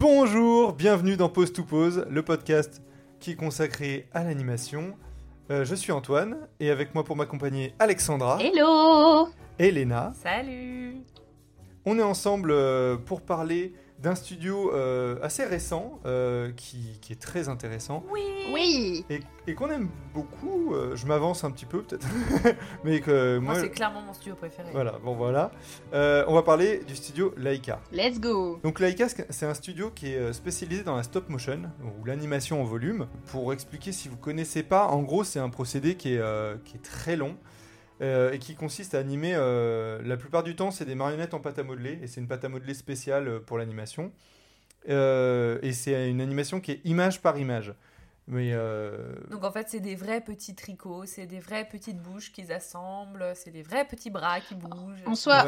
Bonjour, bienvenue dans Pause to Pause, le podcast qui est consacré à l'animation. Je suis Antoine et avec moi pour m'accompagner Alexandra. Hello. Et Léna. Salut. On est ensemble pour parler d'un studio assez récent qui est très intéressant. Oui. Et qu'on aime beaucoup. Je m'avance un petit peu peut-être. Mais que moi c'est clairement mon studio préféré. Voilà. On va parler du studio Laika. Let's go. Donc Laika, c'est un studio qui est spécialisé dans la stop motion ou l'animation en volume. Pour expliquer si vous connaissez pas, en gros c'est un procédé qui est très long. Et qui consiste à animer, la plupart du temps, c'est des marionnettes en pâte à modeler, et c'est une pâte à modeler spéciale pour l'animation. Et c'est une animation qui est image par image. Donc en fait, c'est des vrais petits tricots, c'est des vraies petites bouches qu'ils assemblent, c'est des vrais petits bras qui bougent,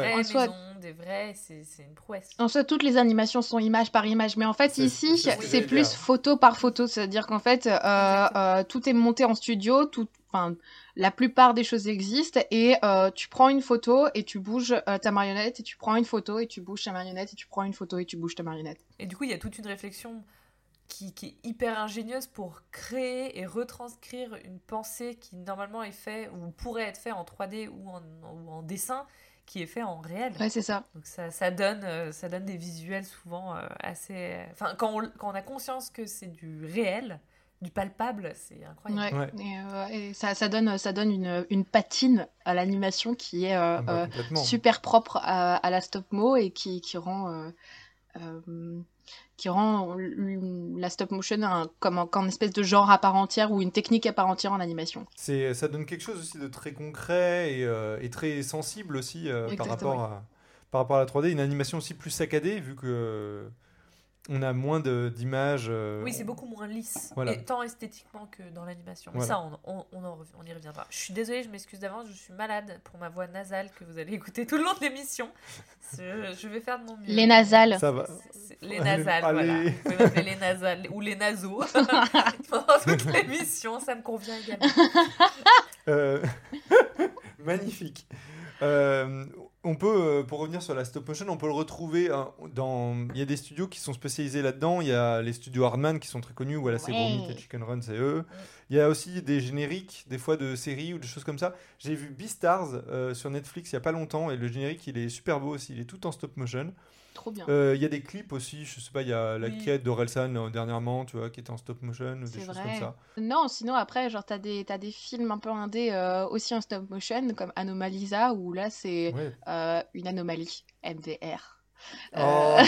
c'est une prouesse. En soi, toutes les animations sont image par image, mais en fait ici, c'est plus photo par photo, c'est-à-dire qu'en fait, tout est monté en studio, la plupart des choses existent et tu prends une photo et tu bouges ta marionnette et tu prends une photo et tu bouges ta marionnette et tu prends une photo et tu bouges ta marionnette. Et du coup, il y a toute une réflexion qui est hyper ingénieuse pour créer et retranscrire une pensée qui normalement est faite ou pourrait être faite en 3D ou en dessin, qui est fait en réel. Ouais, c'est ça. Donc ça donne des visuels souvent assez... Enfin, quand on a conscience que c'est du réel, du palpable, c'est incroyable. Ouais. Et ça donne une patine à l'animation qui est super propre à la stop-mo et qui rend la stop-motion comme une espèce de genre à part entière ou une technique à part entière en animation. Ça donne quelque chose aussi de très concret et très sensible aussi par rapport à la 3D. Une animation aussi plus saccadée vu que... on a moins d'images. Oui, c'est beaucoup moins lisse, voilà. et tant esthétiquement que dans l'animation. Mais voilà. Ça, on y reviendra. Je suis désolée, je m'excuse d'avance, je suis malade pour ma voix nasale que vous allez écouter tout le long de l'émission. Je vais faire de mon mieux. Les nasales. Ça va. Les nasales, voilà. Vous pouvez m'appeler les nasales ou les nasos. Pendant toute l'émission, ça me convient également. Magnifique. On peut, pour revenir sur la stop motion, on peut le retrouver il y a des studios qui sont spécialisés là-dedans. Il y a les studios Hardman qui sont très connus, Wallace et Gromit et Chicken Run, c'est eux. Il y a aussi des génériques, des fois de séries ou des choses comme ça. J'ai vu Beastars sur Netflix il n'y a pas longtemps et le générique il est super beau aussi, il est tout en stop motion. Trop bien. Il y a des clips aussi, je sais pas, il y a la quête d'Orelsan dernièrement, tu vois, qui était en stop motion ou des choses comme ça. Non, sinon après, genre t'as des films un peu indés aussi en stop motion, comme Anomalisa, où là c'est une anomalie, MDR. Comment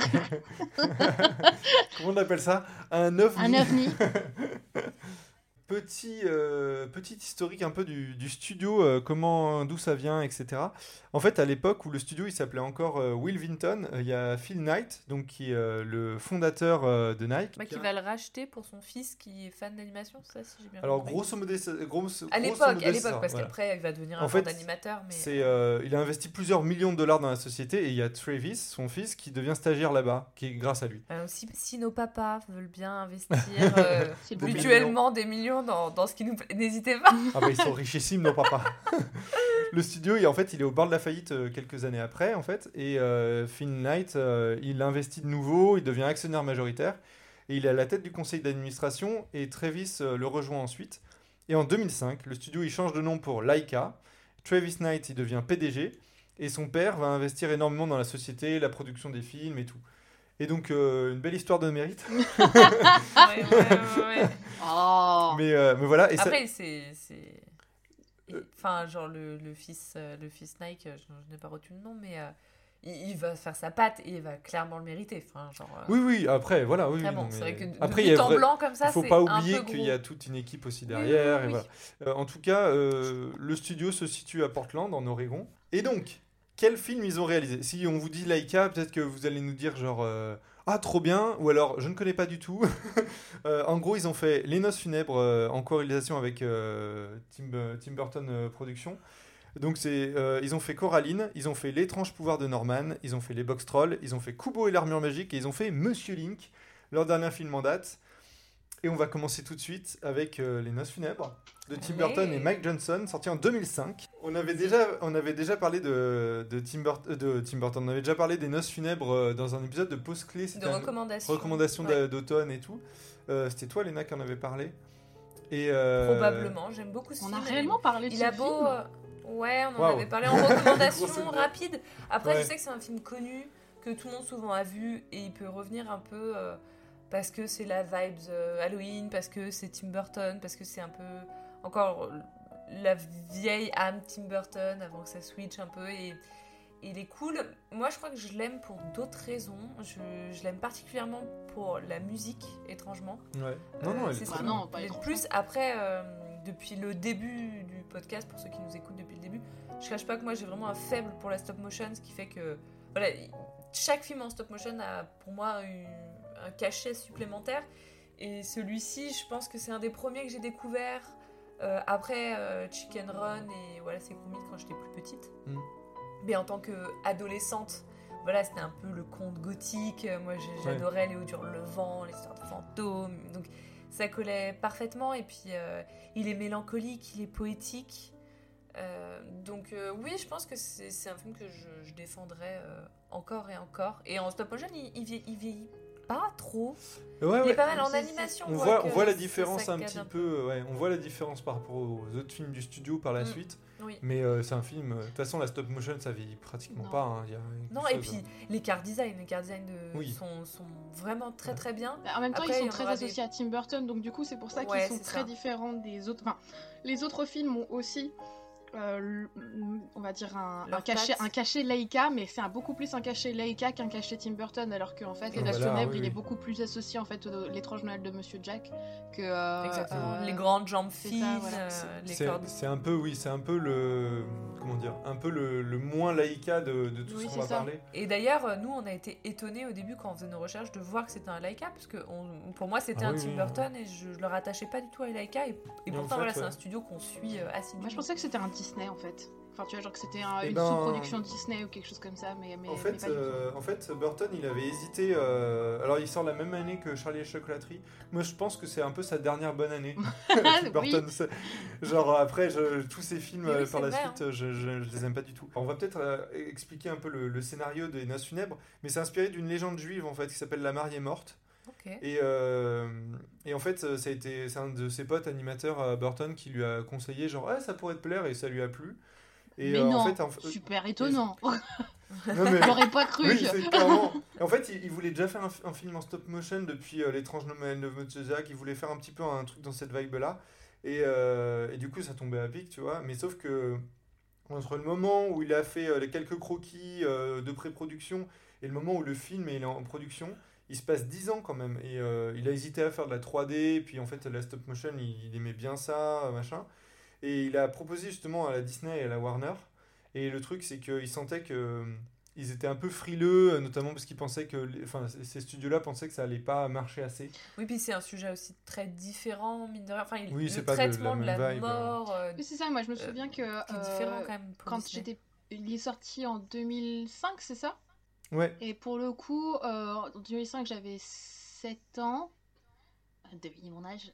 on appelle ça ? Un ovni. Un ovni. Petit historique un peu du studio, d'où ça vient, etc. En fait, à l'époque où le studio il s'appelait encore Will Vinton, il y a Phil Knight, donc qui est le fondateur de Nike. Qui va le racheter pour son fils qui est fan d'animation, ça si j'ai bien compris. Alors grosso modo, à l'époque, parce qu'après il va devenir un grand animateur. Mais... il a investi plusieurs millions de dollars dans la société et il y a Travis, son fils, qui devient stagiaire là-bas, qui est grâce à lui. Si nos papas veulent bien investir mutuellement des millions dans ce qui nous plaît, n'hésitez pas. Ah bah ils sont richissimes nos papas. Le studio, il est au bord de la faillite quelques années après, en fait, et Phil Knight, il investit de nouveau, il devient actionnaire majoritaire, et il est à la tête du conseil d'administration, et Travis le rejoint ensuite. Et en 2005, le studio, il change de nom pour Laika. Travis Knight, il devient PDG, et son père va investir énormément dans la société, la production des films et tout. Et donc, une belle histoire de mérite. Ouais. Oh. Mais voilà. Et après, enfin, genre le fils Nike, je n'ai pas retenu le nom, mais il va faire sa patte et il va clairement le mériter. Enfin, genre, oui, après, voilà. Oui, vraiment, non, mais... c'est vrai que après, de but en blanc comme ça, il ne faut pas oublier qu'il y a toute une équipe aussi derrière. Oui. Et voilà. En tout cas, le studio se situe à Portland, en Oregon. Et donc, quel film ils ont réalisé ? Si on vous dit Laika, peut-être que vous allez nous dire genre ah trop bien, ou alors je ne connais pas du tout. En gros, ils ont fait Les Noces funèbres en co-réalisation avec Tim Burton Productions. Donc ils ont fait Coraline, ils ont fait L'étrange pouvoir de Norman, ils ont fait Les Box Trolls, ils ont fait Kubo et l'armure magique et ils ont fait Monsieur Link, leur dernier film en date. Et on va commencer tout de suite avec Les Noces funèbres de Tim Burton et Mike Johnson, sorti en 2005. On avait déjà parlé de Tim Burton. On avait déjà parlé des Noces funèbres dans un épisode de Pause Clé. C'était de recommandations d'automne et tout. C'était toi, Léna, qui en avait parlé. Et probablement, j'aime beaucoup ce film. On a réellement parlé de ce film. Ouais, on en avait parlé en recommandation rapide. Après, je sais que c'est un film connu, que tout le monde souvent a vu, et il peut revenir un peu parce que c'est la vibes Halloween, parce que c'est Tim Burton, parce que c'est un peu encore la vieille âme Tim Burton avant que ça switch un peu, et il est cool. Moi, je crois que je l'aime pour d'autres raisons. Je l'aime particulièrement pour la musique, étrangement. Ouais. C'est ce qui plus après, depuis le début du podcast, pour ceux qui nous écoutent depuis le début, je cache pas que moi j'ai vraiment un faible pour la stop motion, ce qui fait que voilà, chaque film en stop motion a pour moi un cachet supplémentaire. Et celui-ci, je pense que c'est un des premiers que j'ai découvert après Chicken Run et voilà, c'est Comics quand j'étais plus petite. Mais en tant qu'adolescente, voilà, c'était un peu le conte gothique. Moi, j'adorais Léo Durlevent, l'histoire de fantômes. Donc, ça collait parfaitement. Et puis, il est mélancolique, il est poétique. Donc, oui, je pense que c'est un film que je défendrais encore et encore. Et en stop motion, il vieillit pas trop. Il est pas mal en animation. On voit la différence un petit peu. On voit la différence par rapport aux autres films du studio par la suite. Oui. Mais c'est un film. De toute façon, la stop motion, ça vieillit pratiquement pas. Hein. Et puis les car design sont vraiment très très bien. En même temps, ils sont très associés à Tim Burton, donc du coup, c'est pour ça qu'ils sont très différents des autres. Enfin, les autres films ont aussi. On va dire un cachet Leica, mais c'est beaucoup plus un cachet Leica qu'un cachet Tim Burton, alors qu'en fait Les Noces funèbres il est beaucoup plus associé en fait l'étrange Noël de Monsieur Jack que exactement. Les grandes jambes fines, les cordes. C'est un peu le le moins Leica de tout ce qu'on va parler. Et d'ailleurs nous on a été étonnés au début quand on faisait nos recherches de voir que c'était un Leica, parce que pour moi c'était un Tim Burton et je le rattachais pas du tout à Leica, et pourtant c'est un studio qu'on suit assidûment. Moi je pensais que c'était un Disney en fait. Enfin, tu vois, genre que c'était une sous-production Disney ou quelque chose comme ça, mais en fait, Burton, il avait hésité. Alors, il sort la même année que Charlie et la chocolaterie. Moi, je pense que c'est un peu sa dernière bonne année. Burton, genre après, tous ces films par la suite, je les aime pas du tout. Alors, on va peut-être expliquer un peu le scénario des Noces funèbres, mais c'est inspiré d'une légende juive en fait qui s'appelle La mariée morte. Okay. Et en fait, c'est un de ses potes animateurs à Burton qui lui a conseillé genre ça pourrait te plaire, et ça lui a plu. Et mais non, super étonnant. Non, mais... J'aurais pas cru. Oui, c'est clairement... En fait, il voulait déjà faire un film en stop motion depuis l'étrange Noël de Monsieur Jack. Il voulait faire un petit peu un truc dans cette vibe-là. Et du coup, ça tombait à pic, tu vois. Mais sauf que entre le moment où il a fait les quelques croquis de pré-production et le moment où le film est en production, il se passe 10 ans quand même. Et il a hésité à faire de la 3D. Puis en fait, la stop motion, il aimait bien ça, machin. Et il a proposé justement à la Disney et à la Warner. Et le truc, c'est qu'il sentait qu'ils étaient un peu frileux, notamment parce qu'ils pensaient que... ces studios-là pensaient que ça allait pas marcher assez. Oui, puis c'est un sujet aussi très différent, mine de rien. Enfin, le traitement de la mort... Oui, c'est ça, moi je me souviens que... différent quand même pour Disney. Il est sorti en 2005, c'est ça ? Ouais. Et pour le coup, en 2005, j'avais 7 ans. Devinez mon âge.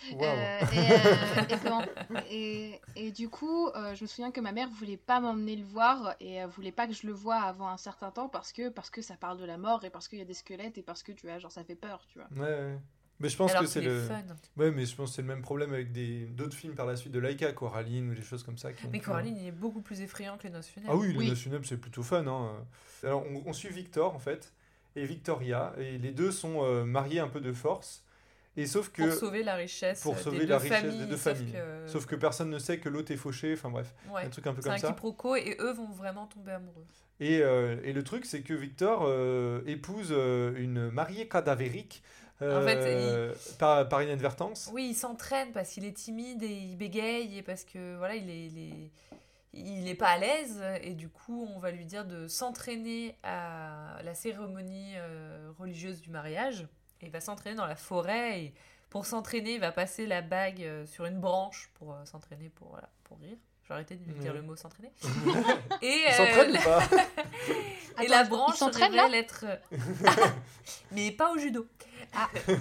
Et du coup, je me souviens que ma mère voulait pas m'emmener le voir, et elle voulait pas que je le voie avant un certain temps parce que ça parle de la mort, et parce qu'il y a des squelettes, et parce que tu vois, genre ça fait peur, tu vois. Ouais. Mais je pense que c'est fun. Ouais, mais je pense que c'est le même problème avec d'autres films par la suite de Laika, Coraline ou des choses comme ça. Mais Coraline, il est beaucoup plus effrayant que les Noces funèbres. Ah oui, les Noces funèbres, c'est plutôt fun. Hein. Alors, on suit Victor en fait et Victoria, et les deux sont mariés un peu de force. Et sauf que, pour sauver la richesse des deux familles. Sauf que personne ne sait que l'autre est fauché, enfin bref, un truc un peu comme ça. C'est un quiproquo, et eux vont vraiment tomber amoureux. Et le truc, c'est que Victor épouse une mariée cadavérique en fait, par inadvertance. Oui, il s'entraîne parce qu'il est timide et il bégaye, et parce que voilà, il est pas à l'aise, et du coup on va lui dire de s'entraîner à la cérémonie religieuse du mariage. Il va s'entraîner dans la forêt, et pour s'entraîner, il va passer la bague sur une branche pour s'entraîner, pour rire. Je vais arrêter de dire le mot s'entraîner. Et il s'entraîne ou pas et la branche se révèle être... Mais pas au judo.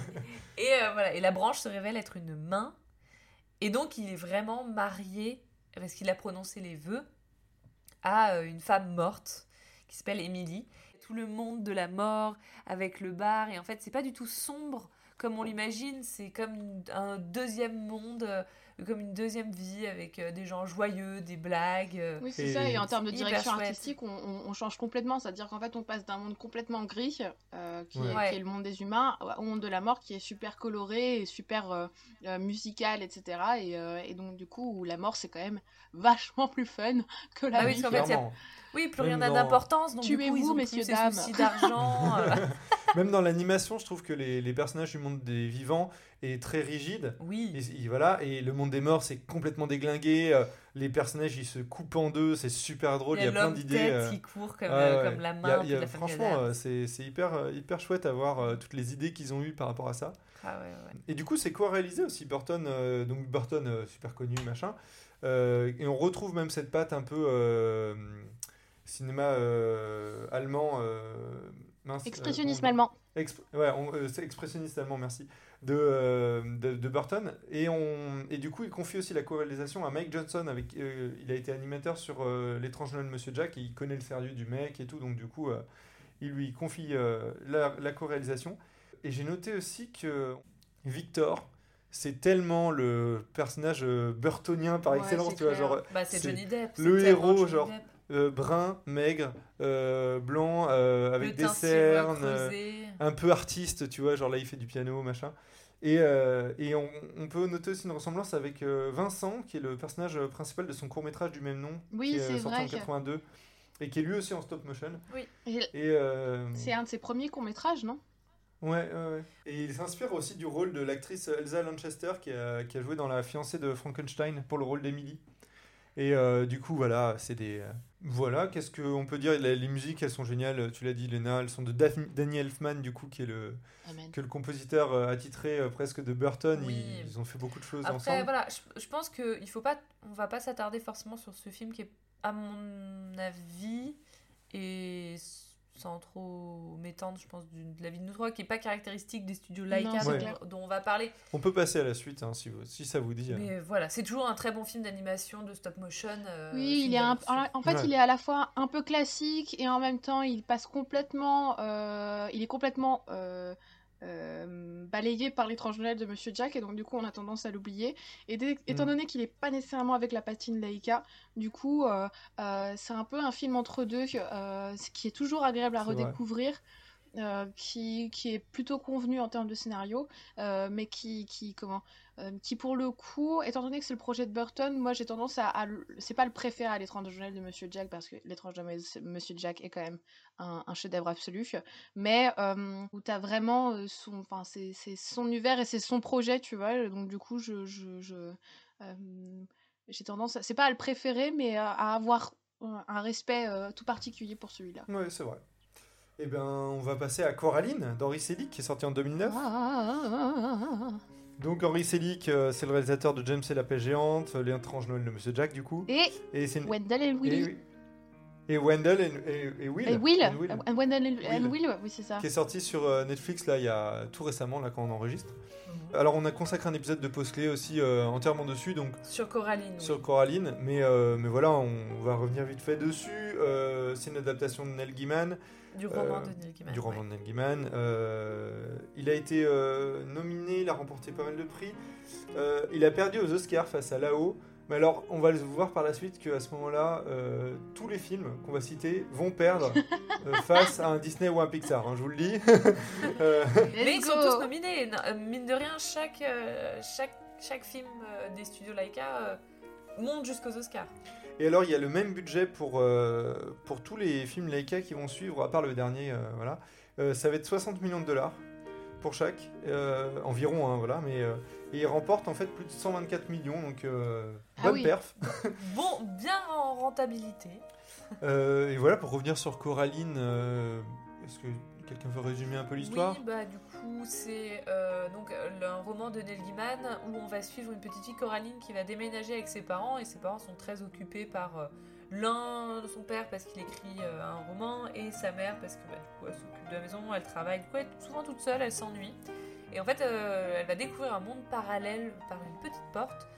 Et voilà, et la branche se révèle être une main. Et donc, il est vraiment marié parce qu'il a prononcé les vœux à une femme morte qui s'appelle Emily. Tout le monde de la mort avec le bar, et en fait c'est pas du tout sombre comme on l'imagine, c'est comme un deuxième monde, comme une deuxième vie avec des gens joyeux, des blagues. Oui, c'est ça, et en termes de direction artistique, on change complètement, c'est-à-dire qu'en fait on passe d'un monde complètement gris, qui est le monde des humains, au monde de la mort qui est super coloré et super musical, etc. Et donc du coup, où la mort c'est quand même vachement plus fun que la vie. Oui, parce qu'en fait, oui, plus rien n'a d'importance, donc du coup ils ont plus ces soucis d'argent. Même dans l'animation, je trouve que les personnages du monde des vivants est très rigide. Oui. Et le monde des morts, c'est complètement déglingué. Les personnages, ils se coupent en deux. C'est super drôle. Il y a plein d'idées. Qui court comme la main de la famille franchement, c'est hyper chouette à voir toutes les idées qu'ils ont eues par rapport à ça. Et du coup, c'est co-réalisé aussi. Burton, super connu, machin. Et on retrouve même cette patte un peu cinéma allemand. Expressionnisme allemand. C'est expressionniste allemand, merci. De Burton. Et du coup, il confie aussi la co-réalisation à Mike Johnson. Il a été animateur sur L'étrange Noël de Monsieur Jack, et il connaît le sérieux du mec et tout. Donc, du coup, il lui confie la co-réalisation. Et j'ai noté aussi que Victor, c'est tellement le personnage burtonien par excellence. Tu vois, genre, c'est Johnny Depp. Le héros, genre. Brun, maigre, blanc, avec des cernes, un peu artiste, tu vois, genre là il fait du piano, machin. Et on peut noter aussi une ressemblance avec Vincent, qui est le personnage principal de son court-métrage du même nom, qui est sorti en 82, et qui est lui aussi en stop-motion. Oui. Et c'est un de ses premiers courts-métrages, non ? Ouais. Et il s'inspire aussi du rôle de l'actrice Elsa Lanchester, qui a joué dans La fiancée de Frankenstein pour le rôle d'Emily. Et du coup, voilà, c'est des... Voilà, qu'est-ce qu'on peut dire ? Les musiques, elles sont géniales, tu l'as dit, Léna, elles sont de Danny Elfman, du coup, qui est le compositeur attitré presque de Burton. Oui. Ils ont fait beaucoup de choses Après, ensemble. Voilà, je pense qu'il faut pas... On va pas s'attarder forcément sur ce film qui est, à mon avis, et sans trop m'étendre, je pense, de la vie de nous trois, qui n'est pas caractéristique des studios Laika dont on va parler. On peut passer à la suite, hein, si ça vous dit. Mais voilà, c'est toujours un très bon film d'animation, de stop motion. Oui, il est à la fois un peu classique, et en même temps, il passe complètement... il est complètement... balayé par l'étrange Noël de Monsieur Jack, et donc du coup on a tendance à l'oublier, et étant donné qu'il est pas nécessairement avec la patine Laika, du coup c'est un peu un film entre deux, qui est toujours agréable à redécouvrir, qui est plutôt convenu en termes de scénario, mais qui pour le coup, étant donné que c'est le projet de Burton, moi j'ai tendance c'est pas le préféré à l'étrange Noël de Monsieur Jack, parce que l'étrange Noël de Monsieur Jack est quand même un chef-d'œuvre absolu, mais où t'as vraiment c'est son univers et c'est son projet, tu vois, donc du coup j'ai tendance c'est pas à le préférer, mais à avoir un respect tout particulier pour celui-là. Ouais, c'est vrai. Eh bien, on va passer à Coraline d'Henri Selick, qui est sorti en 2009. Donc Henri Selick, c'est le réalisateur de James et la paix géante, L'étrange Noël de Monsieur Jack, du coup. Et c'est Wendell et Willy. Et Wendell et Will. Wendell et Will, oui, c'est ça. Qui est sorti sur Netflix là, il y a tout récemment, là, quand on enregistre. Alors on a consacré un épisode de Pause-Clé aussi entièrement dessus, donc sur Coraline. Sur Coraline, mais voilà, on va revenir vite fait dessus. C'est une adaptation de Neil Gaiman. Du roman de Neil Gaiman. Du roman de Neil Gaiman. Il a été nominé, il a remporté pas mal de prix. Il a perdu aux Oscars face à Là-haut. Mais alors, on va le voir par la suite qu'à ce moment-là, tous les films qu'on va citer vont perdre face à un Disney ou un Pixar, hein, je vous le dis. Mais ils sont tous nominés. Mine de rien, chaque film des studios Laika monte jusqu'aux Oscars. Et alors, il y a le même budget pour tous les films Laika qui vont suivre, à part le dernier. Voilà. Ça va être 60 millions de dollars pour chaque, environ, hein, voilà, mais et il remporte en fait plus de 124 millions, donc bonne perf. Bon, bien en rentabilité. Et voilà, pour revenir sur Coraline, est-ce que quelqu'un veut résumer un peu l'histoire ? Oui, du coup, c'est un roman de Neil Gaiman où on va suivre une petite fille, Coraline, qui va déménager avec ses parents, et ses parents sont très occupés par son père parce qu'il écrit un roman, et sa mère parce que du coup elle s'occupe de la maison, elle travaille, du coup elle est souvent toute seule, elle s'ennuie. Et en fait, elle va découvrir un monde parallèle par une petite porte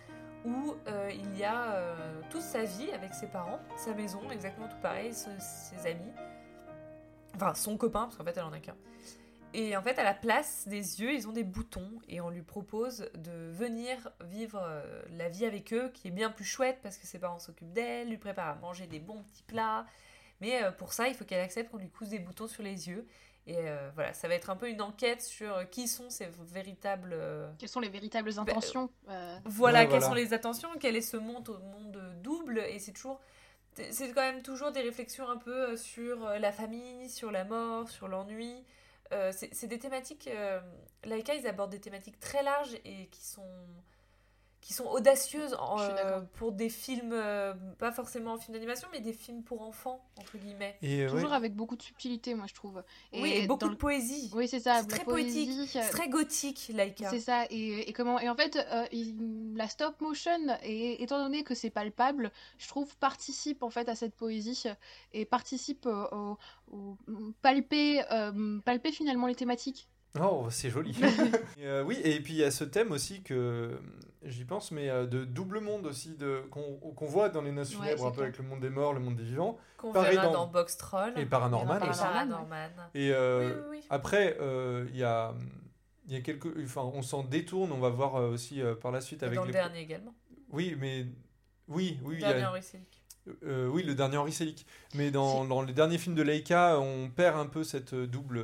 où il y a toute sa vie avec ses parents, sa maison, exactement tout pareil, ses amis, enfin son copain, parce qu'en fait elle en a qu'un. Et en fait, à la place des yeux, ils ont des boutons et on lui propose de venir vivre la vie avec eux, qui est bien plus chouette parce que ses parents s'occupent d'elle, lui préparent à manger des bons petits plats. Mais pour ça, il faut qu'elle accepte qu'on lui couse des boutons sur les yeux. Et voilà, ça va être un peu une enquête sur qui sont ces véritables... Quelles sont les véritables intentions Voilà, quelles sont les intentions, quel est ce monde double. Et c'est quand même toujours des réflexions un peu sur la famille, sur la mort, sur l'ennui. C'est des thématiques... Laika, ils abordent des thématiques très larges et qui sont audacieuses pour des films, pas forcément en film d'animation, mais des films pour enfants, entre guillemets. Et toujours avec beaucoup de subtilité, moi, je trouve. Et beaucoup de poésie. Oui, c'est ça. C'est très poétique, c'est très gothique, Laika. C'est ça. Et en fait, la stop motion, étant donné que c'est palpable, je trouve, participe en fait à cette poésie et participe au palper finalement les thématiques. Oh, c'est joli. Oui, et puis il y a ce thème aussi que j'y pense, mais de double monde aussi, qu'on voit dans les Noces funèbres, un peu avec le monde des morts, le monde des vivants. Qu'on verra dans Box Troll. Et Paranorman aussi. Et oui. après, il y a quelques... Enfin, on s'en détourne, on va voir aussi par la suite avec dans le dernier également. Oui, mais... Oui. Le dernier Henri Selick. Oui, le dernier Henri Selick. Mais dans les derniers films de Laika, on perd un peu ce double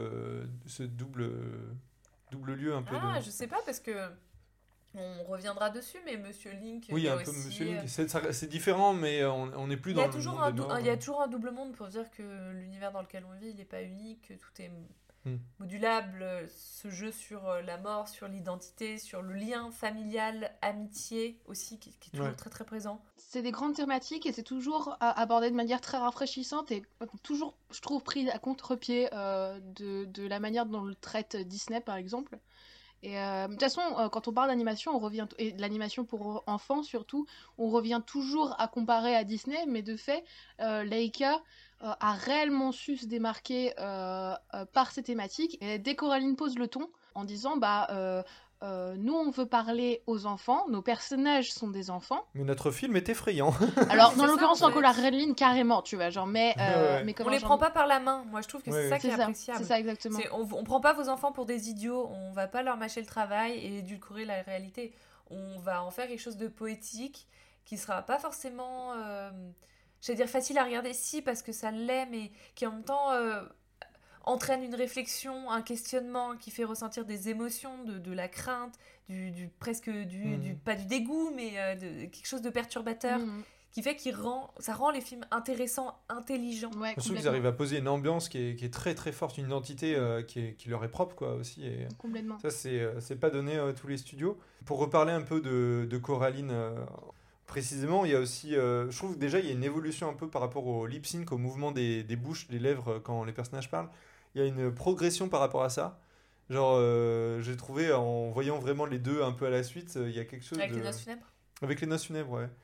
lieu un peu. Je sais pas parce que on reviendra dessus, mais Monsieur Link. Oui, un peu aussi, Monsieur Link. C'est différent, mais on n'est plus dans le monde des morts. Il y a toujours un double monde pour dire que l'univers dans lequel on vit, il n'est pas unique, que tout est modulable. Ce jeu sur la mort, sur l'identité, sur le lien familial, amitié aussi, qui est toujours très très présent. C'est des grandes thématiques et c'est toujours abordé de manière très rafraîchissante et toujours, je trouve, pris à contre-pied de la manière dont le traite Disney, par exemple. Et de toute façon, quand on parle d'animation, on revient et de l'animation pour enfants surtout, on revient toujours à comparer à Disney, mais de fait, Laika a réellement su se démarquer par ces thématiques. Et dès Coraline pose le ton en disant nous on veut parler aux enfants, nos personnages sont des enfants. Mais notre film est effrayant. Alors dans l'occurrence en Coraline carrément, tu vois, genre mais on les prend pas par la main. Moi je trouve que c'est ça qui est appréciable. C'est ça exactement. On prend pas vos enfants pour des idiots, on va pas leur mâcher le travail et édulcorer la réalité. On va en faire quelque chose de poétique qui sera pas forcément j'allais dire facile à regarder parce que ça l'est, mais qui en même temps entraîne une réflexion, un questionnement qui fait ressentir des émotions, de la crainte, presque pas du dégoût, mais de quelque chose de perturbateur, qui fait ça rend les films intéressants, intelligents. Ouais, surtout qu'ils arrivent à poser une ambiance qui est très très forte, une identité qui leur est propre quoi aussi. Et complètement. Ça c'est pas donné à tous les studios. Pour reparler un peu de Coraline. Précisément, il y a aussi, je trouve déjà il y a une évolution un peu par rapport au lip sync, au mouvement des bouches, des lèvres quand les personnages parlent. Il y a une progression par rapport à ça. Genre, j'ai trouvé en voyant vraiment les deux un peu à la suite, il y a quelque chose avec les Noces funèbres. Avec les Noces funèbres, ouais.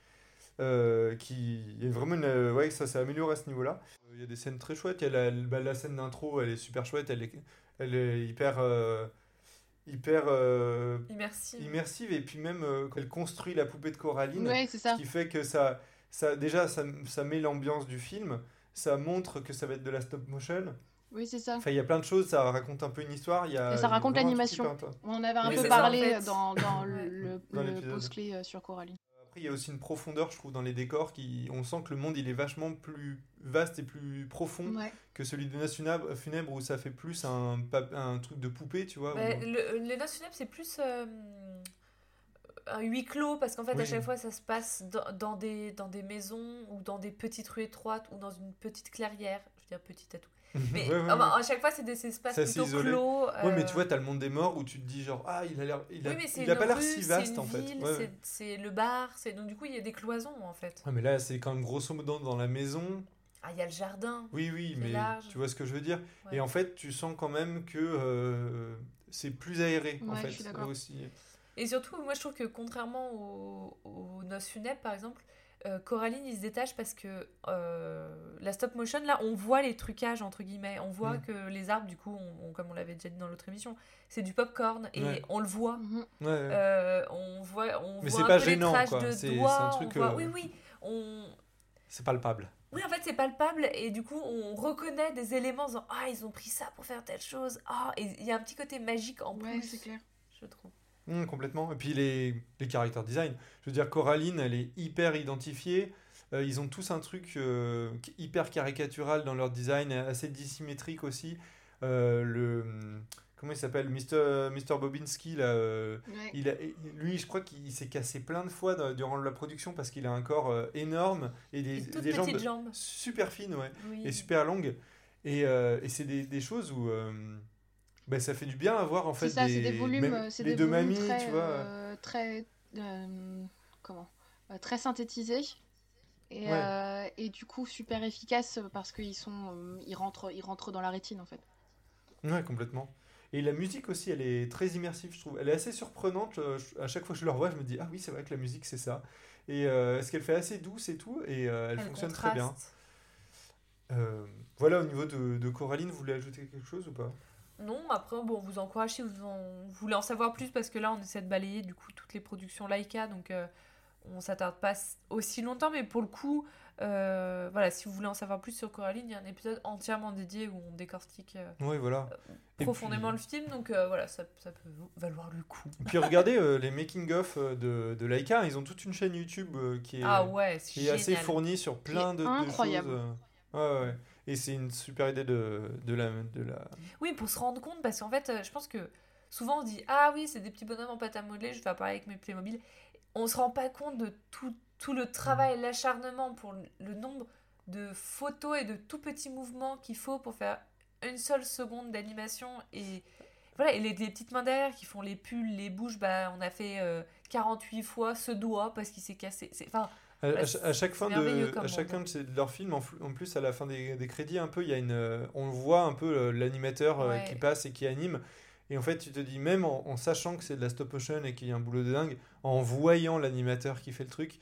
Il y a vraiment ouais, ça s'est amélioré à ce niveau-là. Il y a des scènes très chouettes. Il y a la scène d'intro, elle est super chouette. Elle est hyper immersive et puis même elle construit la poupée de Coraline, c'est ça. Ce qui fait que ça met l'ambiance du film, ça montre que ça va être de la stop motion. Oui, c'est ça. Enfin, il y a plein de choses, ça raconte un peu une histoire. Et ça raconte l'animation. On en avait un peu parlé dans le post-clé sur Coraline. Après, il y a aussi une profondeur, je trouve, dans les décors. On sent que le monde il est vachement plus vaste et plus profond que celui des Noces funèbres où ça fait plus un truc de poupée, tu vois. Les Noces funèbres, c'est plus un huis clos parce qu'en fait, à chaque fois, ça se passe dans des maisons ou dans des petites rues étroites ou dans une petite clairière. Je veux dire petite à tout. Mais à chaque fois, c'est des espaces plutôt clos. Ouais, mais tu vois, t'as le monde des morts où tu te dis genre il a pas l'air si vaste en fait. C'est le bar, donc du coup il y a des cloisons en fait. Ouais, mais là c'est quand même grosso modo dans la maison. Ah, il y a le jardin. Oui, mais large. Tu vois ce que je veux dire. Et en fait, tu sens quand même que c'est plus aéré en fait. Je suis d'accord. Aussi. Et surtout, moi je trouve que contrairement aux Noces funèbres par exemple, Coraline, il se détache parce que la stop motion, là, on voit les trucages, entre guillemets. On voit que les arbres, du coup, comme on l'avait déjà dit dans l'autre émission, c'est du popcorn et on le voit. On voit mais c'est un pas peu gênant, les traces quoi. de doigts. Un truc, Oui. C'est palpable. Oui, en fait, c'est palpable et du coup, on reconnaît des éléments en disant « Ah, ils ont pris ça pour faire telle chose. Ah !» Et il y a un petit côté magique en plus. C'est clair. Je trouve. Complètement. Et puis les character design. Je veux dire, Coraline, elle est hyper identifiée. Ils ont tous un truc hyper caricatural dans leur design, assez dissymétrique aussi. Comment il s'appelle, Mr. Bobinski là, lui, je crois qu'il s'est cassé plein de fois durant la production parce qu'il a un corps énorme et des jambes super fines, et super longues. Et c'est des choses où ça fait du bien à voir en fait. C'est ça, c'est des volumes, les deux mamies, très, tu vois. Très synthétisés. Et du coup super efficaces parce qu'ils rentrent dans la rétine en fait. Ouais, complètement. Et la musique aussi, elle est très immersive, je trouve. Elle est assez surprenante. À chaque fois que je le revois, je me dis, ah oui, c'est vrai que la musique, c'est ça. Et ce qu'elle fait assez douce et tout, et elle fonctionne très bien. Voilà, au niveau de Coraline, vous voulez ajouter quelque chose ou pas ? Non, après, bon, on vous encourage si vous voulez en savoir plus, parce que là, on essaie de balayer du coup toutes les productions Laika, donc on s'attarde pas aussi longtemps, mais pour le coup, voilà, si vous voulez en savoir plus sur Coraline, il y a un épisode entièrement dédié où on décortique profondément le film, donc voilà, ça peut valoir le coup. Et puis regardez les making-of de Laika, ils ont toute une chaîne YouTube qui est assez fournie sur plein de choses. Ouais. Et c'est une super idée de la... Oui, pour se rendre compte, parce qu'en fait, je pense que souvent on se dit « Ah oui, c'est des petits bonhommes en pâte à modeler, je vais parler avec mes Playmobil ». On se rend pas compte de tout le travail, l'acharnement pour le nombre de photos et de tout petits mouvements qu'il faut pour faire une seule seconde d'animation. Et voilà, et les petites mains derrière qui font les pulls, les bouches, on a fait 48 fois ce doigt parce qu'il s'est cassé. À chacun de leurs films, en plus à la fin des crédits, un peu, il y a on voit un peu l'animateur qui passe et qui anime. Et en fait, tu te dis, même en sachant que c'est de la stop motion et qu'il y a un boulot de dingue, en voyant l'animateur qui fait le truc,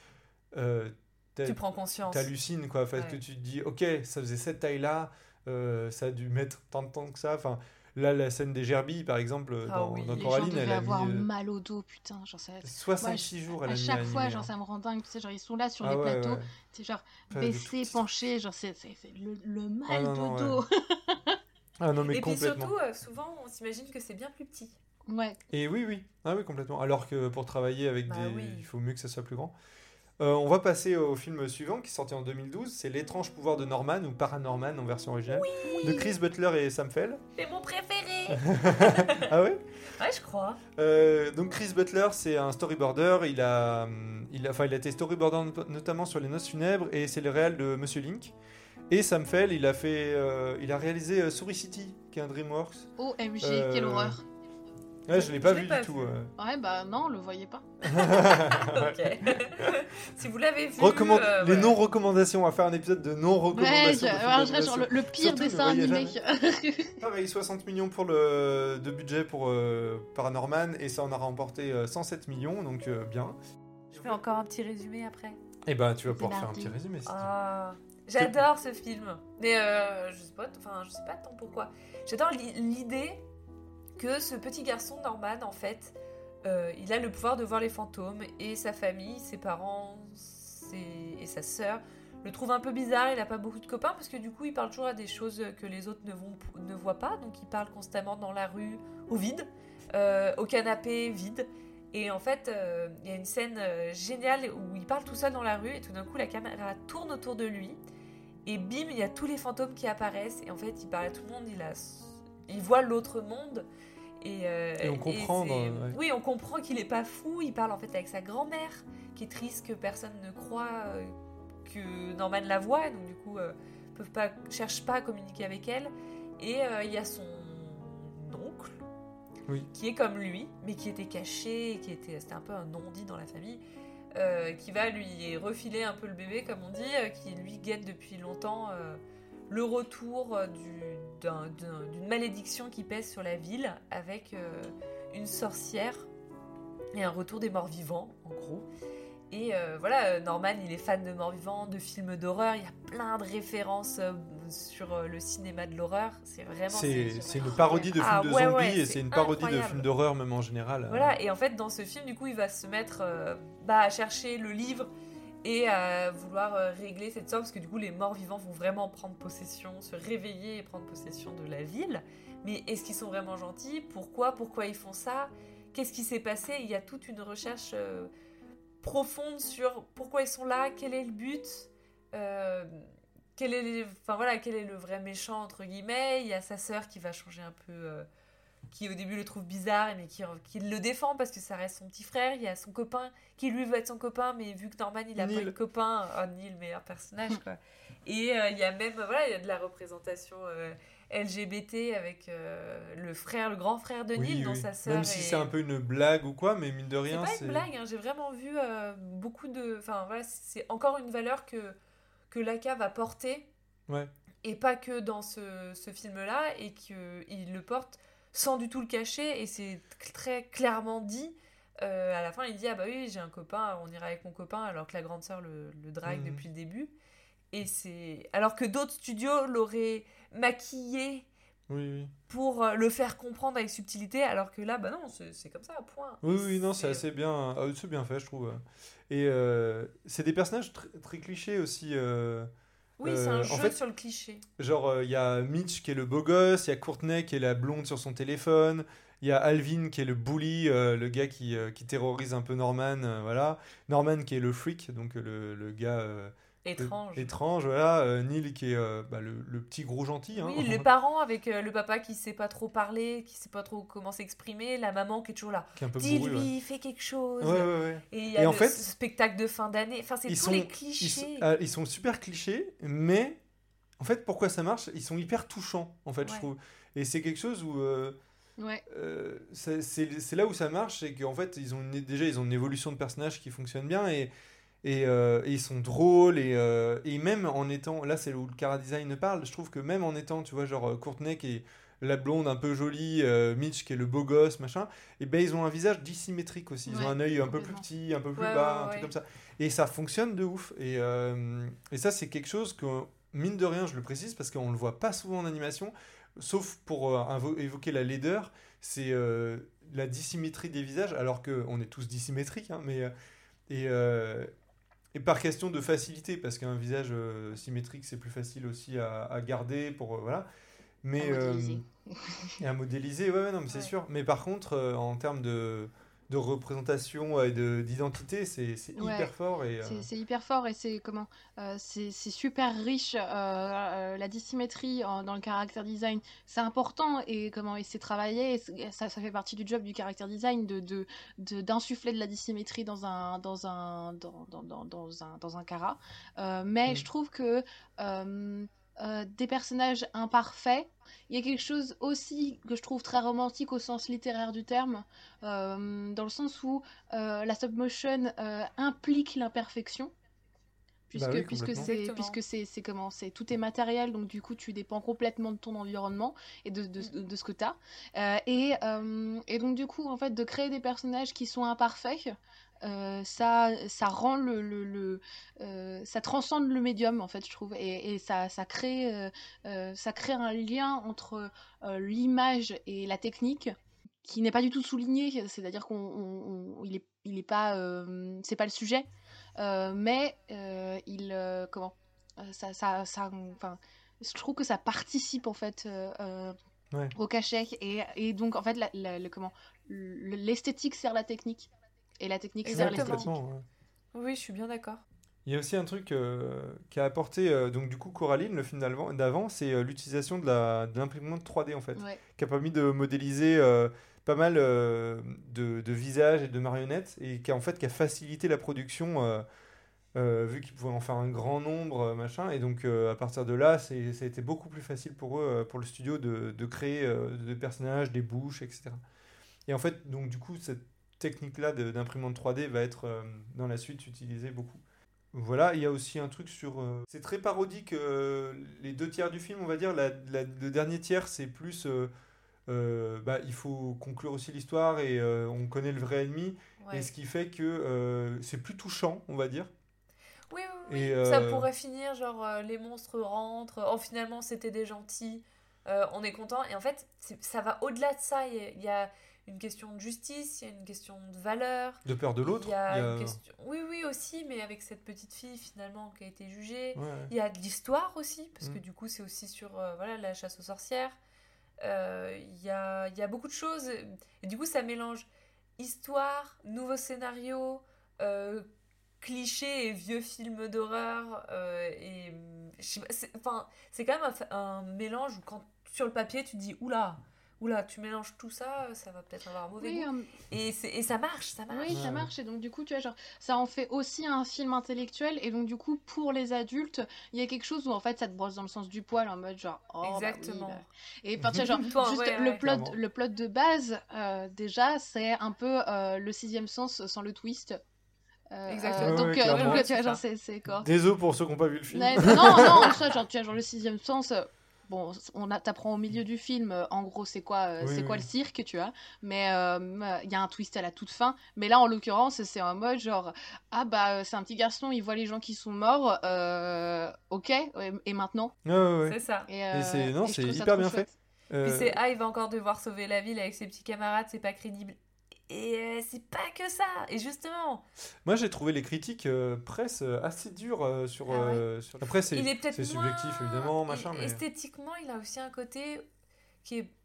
tu prends conscience. T'hallucines, quoi. Parce que tu te dis, ok, ça faisait cette taille-là, ça a dû mettre tant de temps que ça. Enfin, là, la scène des gerbilles, par exemple, dans Coraline, elle a avoir mal au dos, putain. Genre, 66 jours, elle a mis. À chaque fois, genre, ça me rend dingue. Tu sais, genre, ils sont là sur les plateaux, tu sais, genre, baissés, penchés, genre, c'est le mal de dos. Ah non, mais et puis complètement. surtout, souvent, on s'imagine que c'est bien plus petit. Ouais. Et oui. Ah oui, complètement. Alors que pour travailler avec il faut mieux que ça soit plus grand. On va passer au film suivant qui est sorti en 2012. C'est L'étrange pouvoir de Norman ou Paranorman en version originale. De Chris Butler et Sam Fell. C'est mon préféré. Ah ouais ? Ouais, je crois. Donc Chris Butler, c'est un storyboarder. Il a été storyboarder notamment sur Les Noces funèbres et c'est le réal de Monsieur Link. Et Sam Fell, il a réalisé Souris City, qui est un DreamWorks. OMG, quelle horreur. Ouais, je l'ai pas vu du tout. Ouais, non, on le voyait pas. Ok. Si vous l'avez vu... Les non-recommandations, on va faire un épisode de non-recommandations. Ouais, genre le pire dessin animé. Pareil, 60 millions de budget pour Paranorman, et ça en a remporté 107 millions, donc bien. Je fais encore un petit résumé après. Eh ben, tu vas pouvoir faire un petit résumé si tu veux. J'adore ce film, mais je sais pas tant pourquoi. J'adore l'idée que ce petit garçon Norman, en fait, il a le pouvoir de voir les fantômes, et sa famille, ses parents et sa sœur le trouvent un peu bizarre. Il n'a pas beaucoup de copains parce que du coup il parle toujours à des choses que les autres ne voient pas, donc il parle constamment dans la rue, au vide, au canapé vide. Et en fait, il y a une scène géniale où il parle tout seul dans la rue, et tout d'un coup la caméra tourne autour de lui. Et bim, il y a tous les fantômes qui apparaissent. Et en fait, il parle à tout le monde. Il voit l'autre monde. Et on comprend. Oui, on comprend qu'il n'est pas fou. Il parle en fait avec sa grand-mère, qui est triste que personne ne croit que Norman la voit. Donc du coup, cherche pas à communiquer avec elle. Et il y a son oncle, qui est comme lui, mais qui était caché. C'était un peu un non-dit dans la famille. Qui va lui refiler un peu le bébé, comme on dit, qui lui guette depuis longtemps le retour d'une malédiction qui pèse sur la ville, avec une sorcière et un retour des morts vivants, en gros. Et voilà, Norman, il est fan de morts-vivants, de films d'horreur. Il y a plein de références sur le cinéma de l'horreur. C'est vraiment... C'est une parodie de films de zombies et c'est une parodie de films d'horreur même en général. Voilà, et en fait, dans ce film, du coup, il va se mettre à chercher le livre et à vouloir régler cette somme, parce que du coup, les morts-vivants vont vraiment prendre possession, se réveiller et prendre possession de la ville. Mais est-ce qu'ils sont vraiment gentils ? Pourquoi ils font ça ? Qu'est-ce qui s'est passé ? Il y a toute une recherche... profonde sur pourquoi ils sont là, quel est le but, quel est le vrai méchant entre guillemets. Il y a sa sœur qui va changer un peu, qui au début le trouve bizarre mais qui le défend parce que ça reste son petit frère. Il y a son copain qui lui veut être son copain, mais vu que Norman il a pas eu de copain, Neil, meilleur personnage quoi. Et il y a même il y a de la représentation LGBT avec le grand frère de Neil dont sa sœur. Même si c'est un peu une blague ou quoi, mais mine de rien, c'est pas une blague. Hein, j'ai vraiment vu beaucoup de. Enfin voilà, c'est encore une valeur que Laika va porter. Ouais. Et pas que dans ce film-là, et qu'il le porte sans du tout le cacher, et c'est très clairement dit. À la fin, il dit ah bah oui, j'ai un copain, on ira avec mon copain, alors que la grande sœur le drague depuis le début. Et c'est alors que d'autres studios l'auraient maquillé pour le faire comprendre avec subtilité, alors que là, bah non, c'est comme ça, point. Oui, non, c'est assez bien, c'est bien fait, je trouve. Et c'est des personnages très clichés aussi. Oui, c'est un jeu sur le cliché. Genre, il y a Mitch qui est le beau gosse, il y a Courtney qui est la blonde sur son téléphone, il y a Alvin qui est le bully, le gars qui terrorise un peu Norman, voilà. Norman qui est le freak, donc le gars... étrange, voilà. Neil qui est le petit gros gentil. Oui, les parents avec le papa qui sait pas trop parler, qui sait pas trop comment s'exprimer, la maman qui est toujours là. Dis-lui, fais quelque chose. Ouais. Et il y a ce spectacle de fin d'année. Enfin, c'est tous les clichés. Ils sont super clichés, mais en fait, pourquoi ça marche ? Ils sont hyper touchants, en fait, je trouve. Et c'est quelque chose où... c'est là où ça marche, c'est qu'en fait, ils ont une évolution de personnage qui fonctionne bien et ils sont drôles et même en étant là c'est où le chara-design parle, je trouve que même en étant tu vois genre Courtney qui est la blonde un peu jolie, Mitch qui est le beau gosse machin, et ben ils ont un visage dissymétrique aussi, ils ont un œil un peu plus petit, un peu plus bas, un truc comme ça, et ça fonctionne de ouf et ça c'est quelque chose que mine de rien je le précise parce qu'on le voit pas souvent en animation, sauf pour évoquer la laideur, c'est la dissymétrie des visages, alors qu'on est tous dissymétriques hein, mais et par question de facilité, parce qu'un visage symétrique, c'est plus facile aussi à garder pour voilà. Mais à modéliser. Et à modéliser, non, mais c'est sûr. Mais par contre, en termes de représentation et d'identité, c'est hyper fort et c'est hyper fort et c'est c'est super riche la dissymétrie dans le character design, c'est important et c'est travaillé et ça fait partie du job du character design d'insuffler de la dissymétrie dans un chara, mais je trouve que des personnages imparfaits, il y a quelque chose aussi que je trouve très romantique au sens littéraire du terme, dans le sens où la stop motion implique l'imperfection, puisque c'est tout est matériel, donc du coup tu dépends complètement de ton environnement et de ce que tu as, et donc du coup en fait de créer des personnages qui sont imparfaits, ça rend ça transcende le médium en fait, je trouve, et ça crée un lien entre l'image et la technique qui n'est pas du tout souligné, c'est-à-dire il est pas c'est pas le sujet, mais je trouve que ça participe en fait au cachet, et donc en fait l'esthétique sert la technique et la technique sert l'esthétique. Oui, je suis bien d'accord. Il y a aussi un truc qu'a apporté donc du coup Coraline, le film d'avant, c'est l'utilisation de l'imprimante 3D en fait, qui a permis de modéliser pas mal de visages et de marionnettes, et qui a facilité la production vu qu'ils pouvaient en faire un grand nombre machin, et donc à partir de là ça a été beaucoup plus facile pour eux, pour le studio de créer des personnages, des bouches, etc. Et en fait donc du coup cette technique-là d'imprimante 3D va être dans la suite utilisée beaucoup. Voilà, il y a aussi un truc sur... c'est très parodique, les 2 tiers du film, on va dire. Le dernier tiers, c'est plus il faut conclure aussi l'histoire et on connaît le vrai ennemi. Ouais. Et ce qui fait que c'est plus touchant, on va dire. Oui, ça pourrait finir genre les monstres rentrent, finalement c'était des gentils, on est content. Et en fait, ça va au-delà de ça. Il y a une question de justice, il y a une question de valeur. De peur de l'autre. Il y a une question... Oui, aussi, mais avec cette petite fille finalement qui a été jugée. Ouais. Il y a de l'histoire aussi, parce que du coup c'est aussi sur la chasse aux sorcières. Il y a beaucoup de choses. Et du coup ça mélange histoire, nouveau scénario, clichés et vieux films d'horreur. Et je sais pas, c'est quand même un mélange où quand sur le papier tu te dis oula, tu mélanges tout ça, ça va peut-être avoir un mauvais goût. Et ça marche. Oui, ça marche. Et donc, du coup, tu vois, genre, ça en fait aussi un film intellectuel. Et donc, du coup, pour les adultes, il y a quelque chose où, en fait, ça te brosse dans le sens du poil, en mode, genre, exactement. Et tu vois, genre, le plot de base, déjà, c'est un peu le sixième sens sans le twist. Exactement. Donc, tu vois, genre, c'est quoi. Désolé pour ceux qui n'ont pas vu le film. Non, ça, genre, tu vois, genre, le sixième sens... Bon, t'apprends au milieu du film, en gros, c'est quoi le cirque, tu vois. Mais il y a un twist à la toute fin. Mais là, en l'occurrence, c'est en mode genre, c'est un petit garçon, il voit les gens qui sont morts. Ok, et maintenant Ouais. C'est ça. Et c'est hyper bien fait. Puis il va encore devoir sauver la ville avec ses petits camarades, c'est pas crédible. Et c'est pas que ça. Et justement... Moi, j'ai trouvé les critiques presse assez dures sur... Après, c'est subjectif, évidemment, machin, mais... Esthétiquement, il a aussi un côté qui est...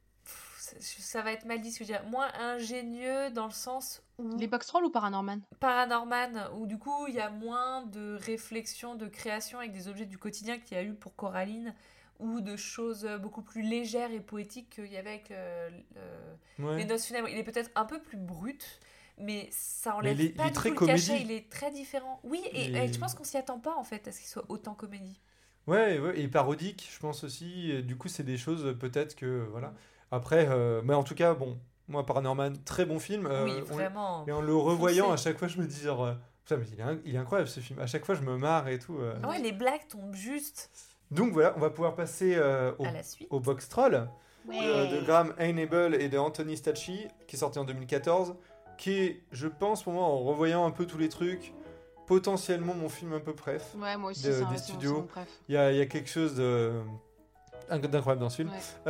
ça va être mal dit ce que je veux dire. Moins ingénieux dans le sens où... Les box trolls ou Paranorman ? Paranorman, où du coup, il y a moins de réflexion, de création avec des objets du quotidien qu'il y a eu pour Coraline, ou de choses beaucoup plus légères et poétiques qu'il y avait avec les noces funèbres. Il est peut-être un peu plus brut, mais ça enlève pas du tout le cachet, il est très différent. Oui, et je pense qu'on s'y attend pas en fait à ce qu'il soit autant comédie. Ouais, et parodique, je pense aussi. Et du coup, c'est des choses peut-être que... Voilà. Après, mais en tout cas, bon, moi, Paranorman, très bon film. Oui, vraiment. Et en le revoyant, à chaque fois, je me dis genre... Putain, mais il est incroyable ce film. À chaque fois, je me marre et tout. Ouais, les blagues tombent juste. Donc voilà, on va pouvoir passer au Box Troll de Graham Hannibal et de Anthony Stacchi, qui est sorti en 2014, qui est, je pense, pour moi, en revoyant un peu tous les trucs, potentiellement mon film un peu préf. Ouais, moi aussi, des studios. Il y a quelque chose d'incroyable dans ce film.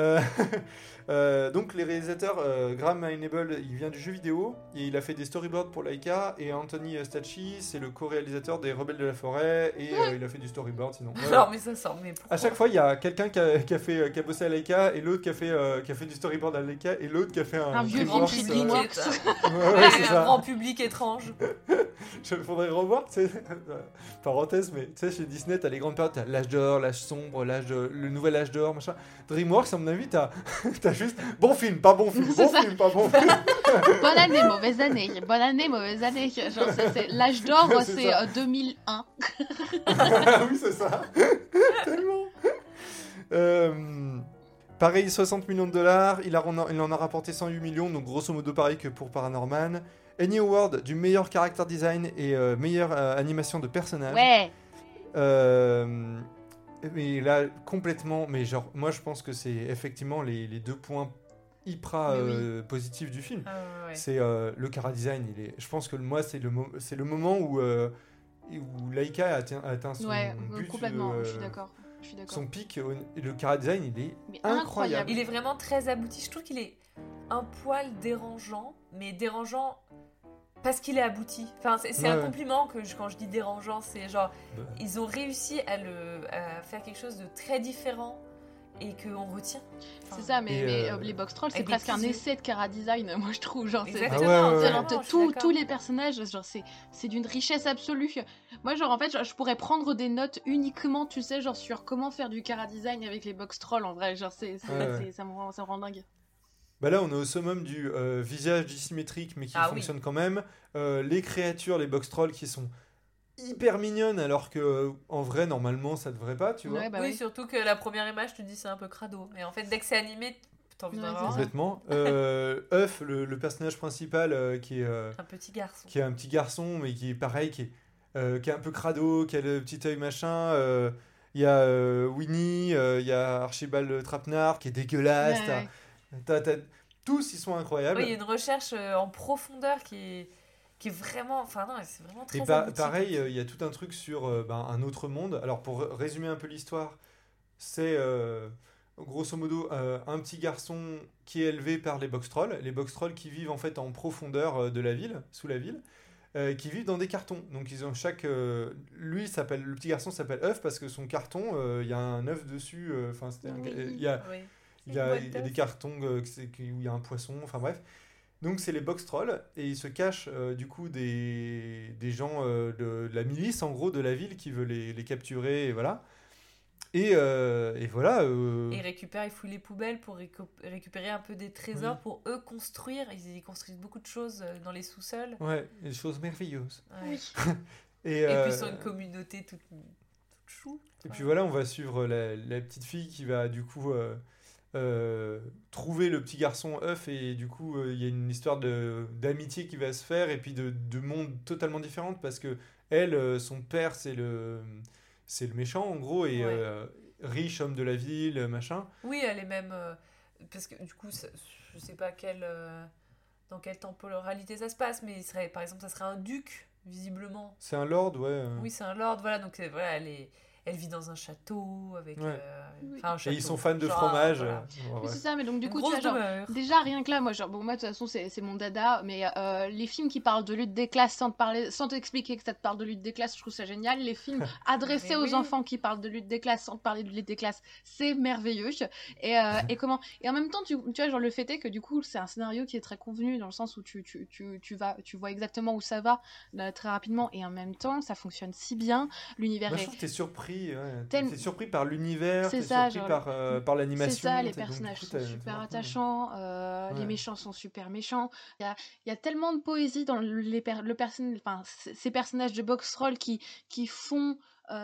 Donc les réalisateurs, Graham Hannibal, il vient du jeu vidéo et il a fait des storyboards pour Laika, et Anthony Stacchi, c'est le co-réalisateur des Rebelles de la Forêt, et il a fait du storyboard sinon. Alors mais ça sort, mais pourquoi ? À chaque fois il y a quelqu'un qui a bossé à Laika, et l'autre qui a fait du storyboard à Laika, et l'autre qui a fait un vieux grand public. C'est ça. Un grand public étrange. Il faudrait revoir, tu sais, parenthèse, mais tu sais, chez Disney, t'as les grandes périodes, t'as l'âge d'or, l'âge sombre, le nouvel âge d'or, machin. DreamWorks, à mon avis, t'as juste bon film, pas bon film, bon film, pas bon film. Bonne année, mauvaise année. Bonne année, mauvaise année. Genre, c'est l'âge d'or, c'est 2001. Oui, c'est ça. Tellement. Pareil, 60 millions de dollars, il en a rapporté 108 millions, donc grosso modo pareil que pour Paranorman. Annie Award du meilleur character design et meilleure animation de personnage. Ouais. Mais là, complètement, mais genre, moi je pense que c'est effectivement les deux points hyper positifs du film. Ouais. C'est le chara design, je pense que moi c'est le moment où Laika a atteint son but. Complètement, je suis d'accord. Son pic, le chara design, il est incroyable. Il est vraiment très abouti. Je trouve qu'il est un poil dérangeant, mais dérangeant parce qu'il est abouti. Enfin, c'est un compliment quand je dis dérangeant, c'est genre ils ont réussi à faire quelque chose de très différent et qu'on retient. Enfin, c'est ça, mais les box trolls, c'est presque un essai de chara design, moi je trouve. Genre, exactement. Tous les personnages, genre, c'est d'une richesse absolue. Moi, genre, en fait, je pourrais prendre des notes uniquement, tu sais, genre sur comment faire du chara design avec les box trolls, en vrai. Genre, ça me rend dingue. Bah là, on est au summum du visage dissymétrique, mais qui fonctionne quand même. Les créatures, les box trolls qui sont hyper mignonnes, alors que en vrai, normalement, ça devrait pas, tu vois. Oui, surtout que la première image, tu te dis c'est un peu crado. Mais en fait, dès que c'est animé, t'as envie d'en voir. Complètement. Euf, le personnage principal, qui est un petit garçon. Qui est un petit garçon, mais qui est pareil, qui est un peu crado, qui a le petit œil machin. Il y a Winnie, il y a Archibald Trapenard qui est dégueulasse. Tous, ils sont incroyables. Oui, il y a une recherche en profondeur qui est vraiment... Enfin non, c'est vraiment très abouti. Pareil, il y a tout un truc sur un autre monde. Alors, pour résumer un peu l'histoire, c'est grosso modo un petit garçon qui est élevé par les box-trolls. Les box-trolls qui vivent en fait en profondeur de la ville, sous la ville. Qui vivent dans des cartons. Donc ils ont chaque... lui, le petit garçon s'appelle œuf parce que son carton, il y a un œuf dessus. Il y a, Oui. il y a des cartons où il y a un poisson. Enfin bref. Donc c'est les box trolls et ils se cachent du coup des gens de la milice en gros de la ville qui veut les capturer et voilà. Et voilà. Et ils fouillent les poubelles pour récupérer un peu des trésors pour eux construire. Ils construisent beaucoup de choses dans les sous-sols. Ouais, des choses merveilleuses. Ouais. Oui. Et puis ils sont une communauté toute chou. Et puis voilà, on va suivre la petite fille qui va du coup trouver le petit garçon œuf et du coup il y a une histoire d'amitié qui va se faire et puis de mondes totalement différentes parce que elle, son père c'est le méchant en gros et riche homme de la ville machin. Oui, elle est même parce que du coup je sais pas dans quelle temporalité ça se passe, mais par exemple ça serait un duc visiblement. C'est un lord, ouais. Oui, c'est un lord, voilà, donc voilà, elle vit dans un château avec un château, et ils sont fans de fromage. Voilà. Oui, c'est ça, mais donc du coup, grosse tu vois, demeure. déjà rien que là, moi, bon, de toute façon, c'est mon dada, mais les films qui parlent de lutte des classes sans t'expliquer que ça te parle de lutte des classes, je trouve ça génial. Les films adressés aux enfants qui parlent de lutte des classes sans te parler de lutte des classes, c'est merveilleux. Et en même temps, tu vois, genre le fait est que du coup, c'est un scénario qui est très convenu dans le sens où tu vois exactement où ça va très rapidement, et en même temps, ça fonctionne si bien. L'univers Moi, je trouve que t'es surpris. T'es surpris par l'univers, t'es surpris par l'animation. C'est ça, les personnages sont super attachants, les méchants sont super méchants. Il y a tellement de poésie dans ces personnages de box troll qui font,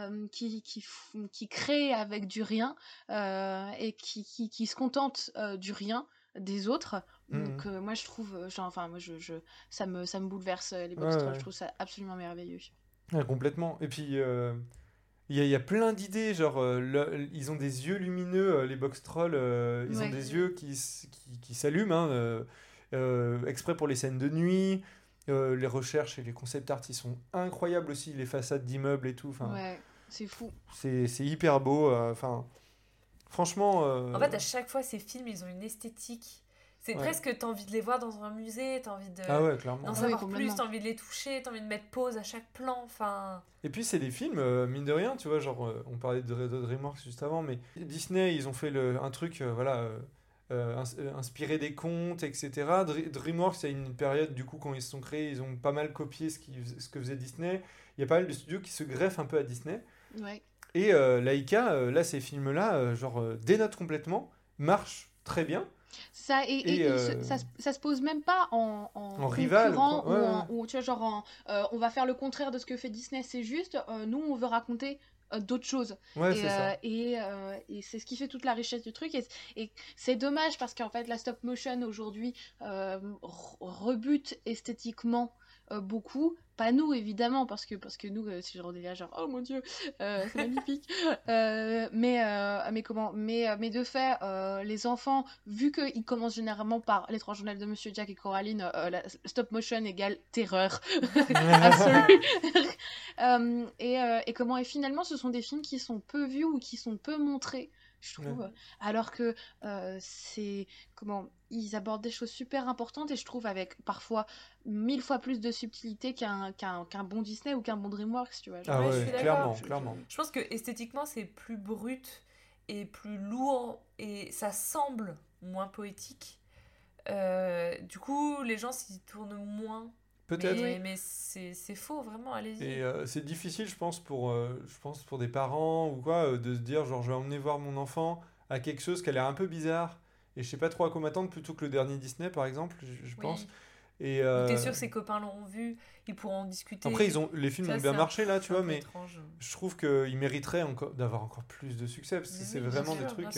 qui créent avec du rien et qui se contentent du rien des autres. Donc moi je trouve, ça me bouleverse les box trolls. Je trouve ça absolument merveilleux. Ouais, complètement. Et puis il y a plein d'idées, genre ils ont des yeux lumineux, les box trolls, ils ont des yeux qui s'allument, exprès pour les scènes de nuit. Les recherches et les concept art, ils sont incroyables aussi, les façades d'immeubles et tout. Ouais, c'est fou. C'est hyper beau. Franchement. En fait, à chaque fois, ces films, ils ont une esthétique. C'est presque, t'as envie de les voir dans un musée, t'as envie d'en savoir plus, t'as envie de les toucher, t'as envie de mettre pause à chaque plan, enfin... Et puis c'est des films, mine de rien, tu vois, genre, on parlait de DreamWorks juste avant, mais Disney, ils ont fait un truc, inspiré des contes, etc. DreamWorks, il y a une période, du coup, quand ils se sont créés, ils ont pas mal copié ce que faisait Disney. Il y a pas mal de studios qui se greffent un peu à Disney. Ouais. Et Laika, là, ces films-là, dénotent complètement, marchent très bien. Ça se pose même pas en rival ou tu vois, genre on va faire le contraire de ce que fait Disney, c'est juste nous on veut raconter d'autres choses et c'est ce qui fait toute la richesse du truc et c'est dommage parce qu'en fait la stop motion aujourd'hui rebute esthétiquement beaucoup, pas nous évidemment parce que nous c'est genre délire genre oh mon dieu c'est magnifique mais de fait les enfants vu qu'ils commencent généralement par les 3 journaux de Monsieur Jack et Coraline, la stop motion égale terreur absolue et finalement ce sont des films qui sont peu vus ou qui sont peu montrés je trouve, alors que ils abordent des choses super importantes et je trouve avec parfois 1000 fois plus de subtilité qu'un bon Disney ou qu'un bon DreamWorks, tu vois. Je suis clairement. Je pense que esthétiquement c'est plus brut et plus lourd et ça semble moins poétique. Du coup, les gens s'y tournent moins. Peut-être. Mais c'est faux, vraiment, allez-y. Et c'est difficile, je pense, pour des parents ou quoi, de se dire, genre, je vais emmener voir mon enfant à quelque chose qui a l'air un peu bizarre et je sais pas trop à quoi m'attendre plutôt que le dernier Disney, par exemple, je pense. Et t'es sûr que ses copains l'auront vu, ils pourront en discuter. Après, les films ont bien marché là, tu vois, mais étrange. Je trouve qu'ils mériteraient d'avoir encore plus de succès parce que c'est vraiment des trucs.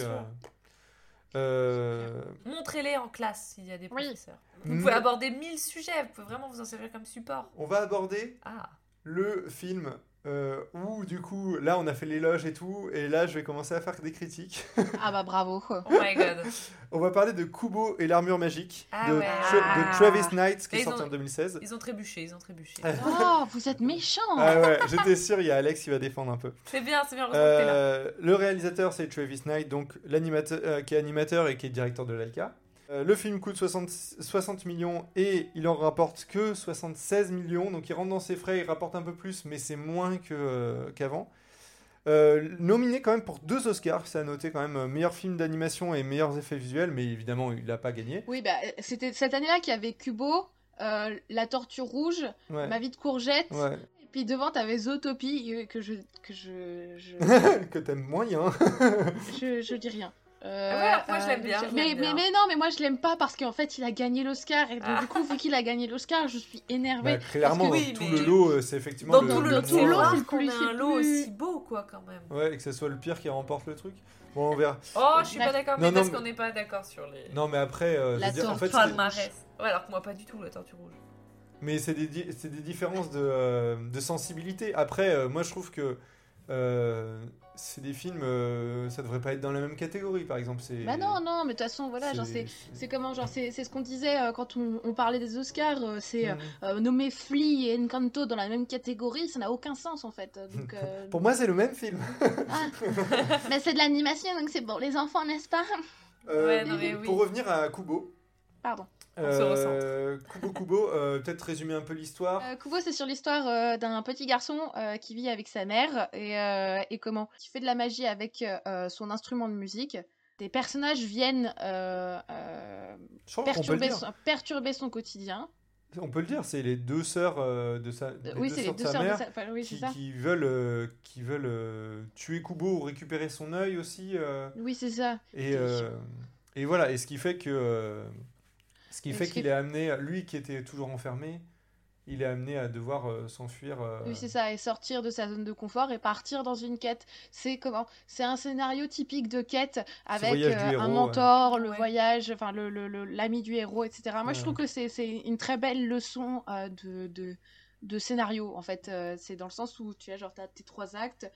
Montrez-les en classe s'il y a des professeurs. Vous pouvez aborder 1000 sujets, vous pouvez vraiment vous en servir comme support. On va aborder le film où du coup, là on a fait l'éloge et tout, et là je vais commencer à faire des critiques. Ah bah bravo. Oh my god. On va parler de Kubo et l'armure magique Ah de Travis Knight qui Et est sorti en 2016. Ils ont trébuché. Oh, vous êtes méchants. Ah ouais, j'étais sûr, il y a Alex qui va défendre un peu. C'est bien, heureusement que t'es là. Le réalisateur c'est Travis Knight, donc l'animateur qui est animateur et qui est directeur de Laika. Le film coûte 60 millions et il en rapporte que 76 millions, donc il rentre dans ses frais, il rapporte un peu plus, mais c'est moins qu'avant. Nominé quand même pour 2 Oscars, ça a noté quand même meilleur film d'animation et meilleurs effets visuels, mais évidemment il n'a pas gagné. Oui, bah c'était cette année-là qu'il y avait Kubo, La Tortue Rouge, Ouais. Ma vie de courgette. Ouais. Et puis devant, t'avais Zootopie, que Que t'aimes moyen. je dis rien. Moi je l'aime bien. Mais non, mais moi je l'aime pas parce qu'en fait il a gagné l'Oscar et donc du coup vu qu'il a gagné l'Oscar je suis énervée. Bah, clairement que, oui, tout mais le lot c'est effectivement dans tout le lot, c'est rare plus- qu'on ait c'est un lot plus- aussi beau quoi quand même. Ouais, et que ce soit le pire qui remporte le truc. Bon, on verra. Oh, je suis pas d'accord, mais Non, parce mais- qu'on n'est pas d'accord sur les Non, mais après, je La veux dire, en fait, palmarès. Ouais, alors que moi pas du tout la tortue rouge. mais c'est des différences de sensibilité. Après, moi, je trouve que c'est des films, ça devrait pas être dans la même catégorie, par exemple. Bah non, mais de toute façon voilà, genre c'est comment, genre c'est ce qu'on disait quand on parlait des Oscars, c'est nommer Flea et Encanto dans la même catégorie, ça n'a aucun sens en fait. Donc, Pour moi, c'est le même film. mais c'est de l'animation donc c'est pour les enfants, n'est-ce pas? Ouais, non, mais oui. Pour revenir à Kubo. Pardon. On se ressent. Kubo, peut-être résumer un peu l'histoire. Kubo, c'est sur l'histoire d'un petit garçon qui vit avec sa mère et qui fait de la magie avec son instrument de musique. Des personnages viennent Je crois qu'on peut le dire. perturber son quotidien. On peut le dire, c'est les 2 sœurs Oui, c'est les deux sœurs de sa... enfin, oui, c'est ça. qui veulent tuer Kubo ou récupérer son œil aussi. Oui, c'est ça. Et voilà, et ce qui fait que qu'il est amené, lui qui était toujours enfermé, il est amené à devoir s'enfuir. Oui, c'est ça, et sortir de sa zone de confort et partir dans une quête. C'est un scénario typique de quête avec héros, un mentor, le Ouais. voyage, enfin l'ami du héros, etc. Moi, je Ouais. trouve que c'est une très belle leçon de scénario, en fait. C'est dans le sens où tu as genre t'as tes 3 actes,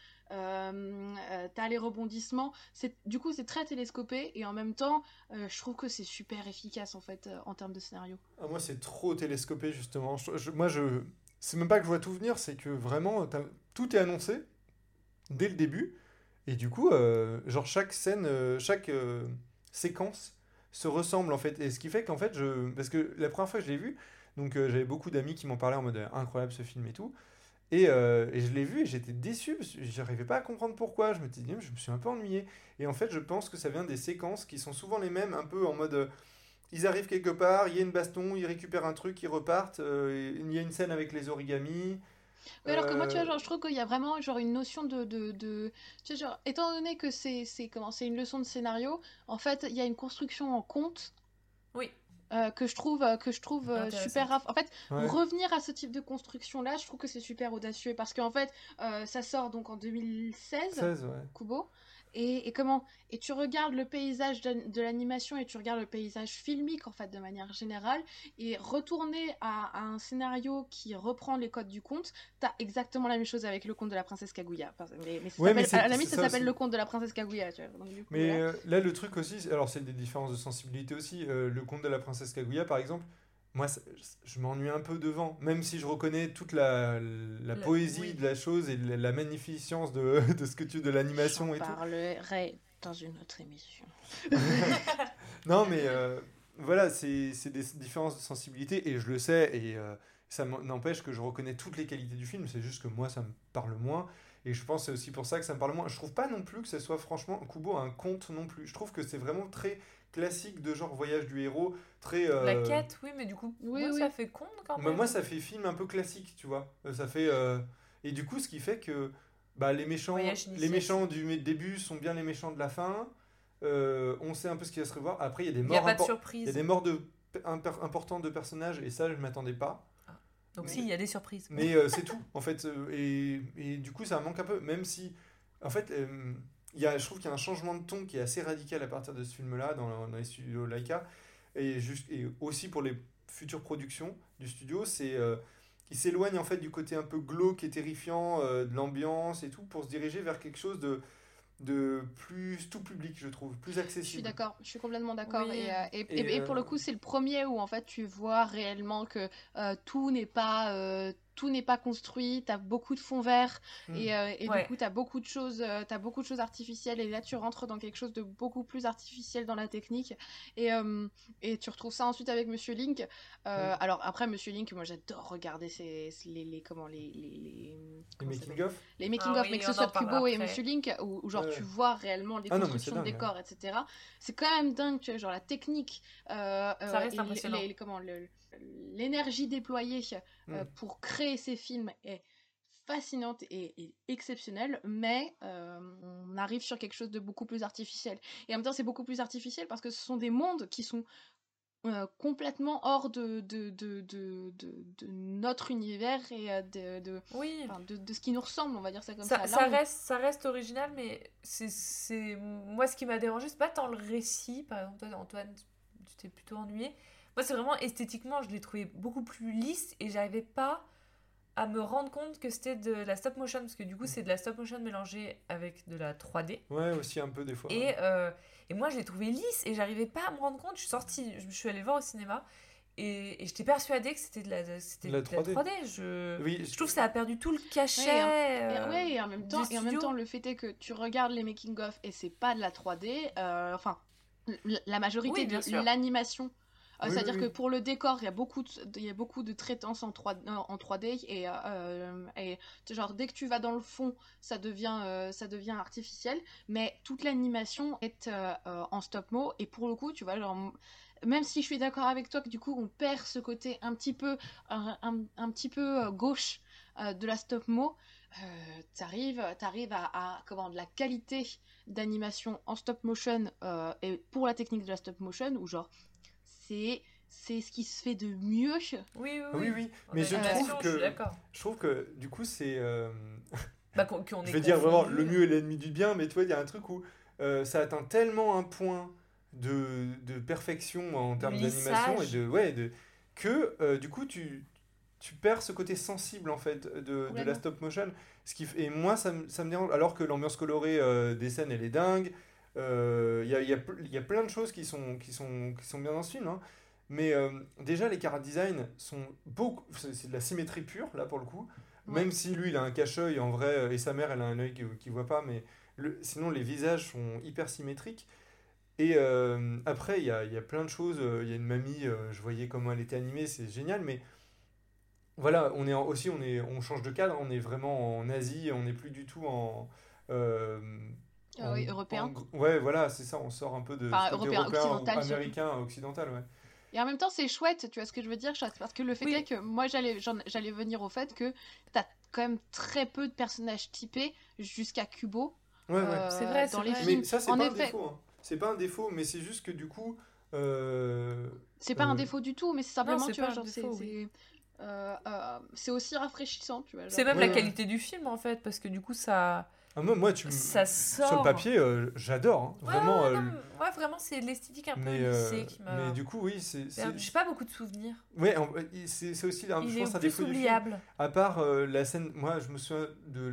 t'as les rebondissements. Du coup, c'est très télescopé et en même temps, je trouve que c'est super efficace en fait en termes de scénario. Ah, moi, c'est trop télescopé, justement. C'est même pas que je vois tout venir, c'est que vraiment, tout est annoncé dès le début. Et du coup, genre, chaque scène, chaque séquence se ressemble, en fait. Et ce qui fait qu'en fait, parce que la première fois que je l'ai vu, donc j'avais beaucoup d'amis qui m'en parlaient en mode incroyable ce film et tout. Et je l'ai vu et j'étais déçu, parce que j'arrivais pas à comprendre pourquoi. Je me suis dit, je me suis un peu ennuyé. Et en fait, je pense que ça vient des séquences qui sont souvent les mêmes, un peu en mode. Ils arrivent quelque part, il y a une baston, ils récupèrent un truc, ils repartent. Il y a une scène avec les origamis. Oui, alors que moi, tu vois, genre, je trouve qu'il y a vraiment genre une notion tu sais, genre, étant donné que c'est une leçon de scénario, en fait, il y a une construction en conte. Oui. Que je trouve super rare. En fait, Ouais. revenir à ce type de construction-là, je trouve que c'est super audacieux parce qu'en fait, ça sort donc en 2016, 16, ouais. Kubo. Et tu regardes le paysage de l'animation et tu regardes le paysage filmique en fait de manière générale et retourner à un scénario qui reprend les codes du conte, t'as exactement la même chose avec le conte de la princesse Kaguya. Mais ça Ouais, mais s'appelle- à la c'est limite ça ça s'appelle aussi. le conte de la princesse Kaguya. Tu vois. Donc, du coup, Mais voilà. là, le truc aussi, alors c'est des différences de sensibilité aussi. Le conte de la princesse Kaguya, par exemple, moi, je m'ennuie un peu devant, même si je reconnais toute la poésie oui. de la chose et la magnificence de de l'animation J'en et tout. parlerai dans une autre émission. Non, mais voilà, c'est des différences de sensibilité et je le sais et ça n'empêche que je reconnais toutes les qualités du film. C'est juste que moi, ça me parle moins. Et je pense que c'est aussi pour ça que ça me parle moins. Je trouve pas non plus que ce soit franchement Kubo un conte non plus. Je trouve que c'est vraiment très classique de genre voyage du héros, très. La quête, oui, mais du coup, Oui, oui. ça fait con quand même. Moi, ça fait film un peu classique, tu vois. Ça fait. Et du coup, ce qui fait que les méchants, Voyage les initiatique. méchants du début sont bien les méchants de la fin. On sait un peu ce qui va se revoir. Après, il y a des Il n'y a morts, pas de il y a surprise. des morts importantes de personnages et ça, je m'attendais pas. Donc Mais- si, il y a des surprises. Mais c'est tout, en fait. Et du coup, ça manque un peu. Même si, en fait, je trouve qu'il y a un changement de ton qui est assez radical à partir de ce film-là dans les studios Laika. Et aussi pour les futures productions du studio, il s'éloigne en fait du côté un peu glauque et terrifiant de l'ambiance et tout pour se diriger vers quelque chose de plus tout public, je trouve, plus accessible. Je suis d'accord, je suis complètement d'accord. Oui. Et pour le coup, c'est le premier où en fait tu vois réellement que tout n'est pas construit, t'as beaucoup de fonds verts et Ouais. du coup t'as beaucoup de choses artificielles et là tu rentres dans quelque chose de beaucoup plus artificiel dans la technique et tu retrouves ça ensuite avec Monsieur Link. Alors après Monsieur Link, moi j'adore regarder les making-of. Les making-of, mais que ce soit Kubo et Monsieur Link, où genre Ouais. tu vois réellement les constructions de décors, etc. C'est quand même dingue, tu vois, genre la technique, Ça reste impressionnant. l'énergie déployée pour créer ces films est fascinante et exceptionnelle, mais on arrive sur quelque chose de beaucoup plus artificiel. Et en même temps, c'est beaucoup plus artificiel parce que ce sont des mondes qui sont complètement hors de notre univers et de ce qui nous ressemble, on va dire ça comme ça. Ça reste original, mais c'est moi ce qui m'a dérangé, c'est pas tant le récit. Par exemple, toi, Antoine, tu t'es plutôt ennuyé. Moi, c'est vraiment esthétiquement, je l'ai trouvé beaucoup plus lisse et j'arrivais pas à me rendre compte que c'était de la stop motion, parce que du coup, c'est de la stop motion mélangée avec de la 3D. Ouais, aussi un peu des fois. Et moi, je l'ai trouvé lisse et j'arrivais pas à me rendre compte. Je suis allée le voir au cinéma et j'étais persuadée que c'était de la 3D. Je trouve que ça a perdu tout le cachet. Et en même temps, le fait est que tu regardes les making-of et c'est pas de la 3D. La majorité de l'animation. C'est-à-dire que pour le décor, il y a beaucoup de traitance en 3D et genre dès que tu vas dans le fond, ça devient artificiel, mais toute l'animation est en stop-mo et pour le coup, tu vois, genre même si je suis d'accord avec toi que du coup on perd ce côté un petit peu gauche de la stop-mo, t'arrives à de la qualité d'animation en stop-motion et pour la technique de la stop-motion où genre c'est ce qui se fait de mieux. Oui. Mais je trouve que du coup c'est je vais dire vraiment le mieux est l'ennemi du bien, mais tu vois il y a un truc où ça atteint tellement un point de perfection en termes d'animation et que du coup tu perds ce côté sensible en fait de la stop motion, et moi ça me dérange, alors que l'ambiance colorée des scènes elle est dingue. Il y a plein de choses qui sont bien dans ce film, hein. Mais déjà les chara design sont c'est de la symétrie pure là pour le coup, même si lui il a un cache-œil en vrai et sa mère elle a un œil qui voit pas, mais sinon les visages sont hyper symétriques. Et après il y a plein de choses, il y a une mamie, je voyais comment elle était animée, c'est génial, mais voilà, on change de cadre, on est vraiment en Asie, on n'est plus du tout en européen. Ouais, voilà, c'est ça, on sort un peu de européen, occidental, américain, occidental, ouais. Et en même temps, c'est chouette, tu vois ce que je veux dire, parce que le fait est que moi, j'allais venir au fait que t'as quand même très peu de personnages typés jusqu'à Kubo. Ouais. C'est vrai, dans les films. Mais ça, c'est pas un défaut. Hein. C'est pas un défaut, mais c'est juste que du coup. C'est pas un défaut du tout, mais c'est simplement, tu vois, genre, c'est aussi rafraîchissant, tu vois. C'est même la qualité du film, en fait, parce que du coup, ça. Ça sort. Sur le papier, j'adore. Hein. Vraiment. Vraiment, c'est l'esthétique un peu lissée qui m'a. Mais du coup, oui, j'ai pas beaucoup de souvenirs. Ouais, c'est aussi, je pense, un défaut du film. À part la scène, moi, je me souviens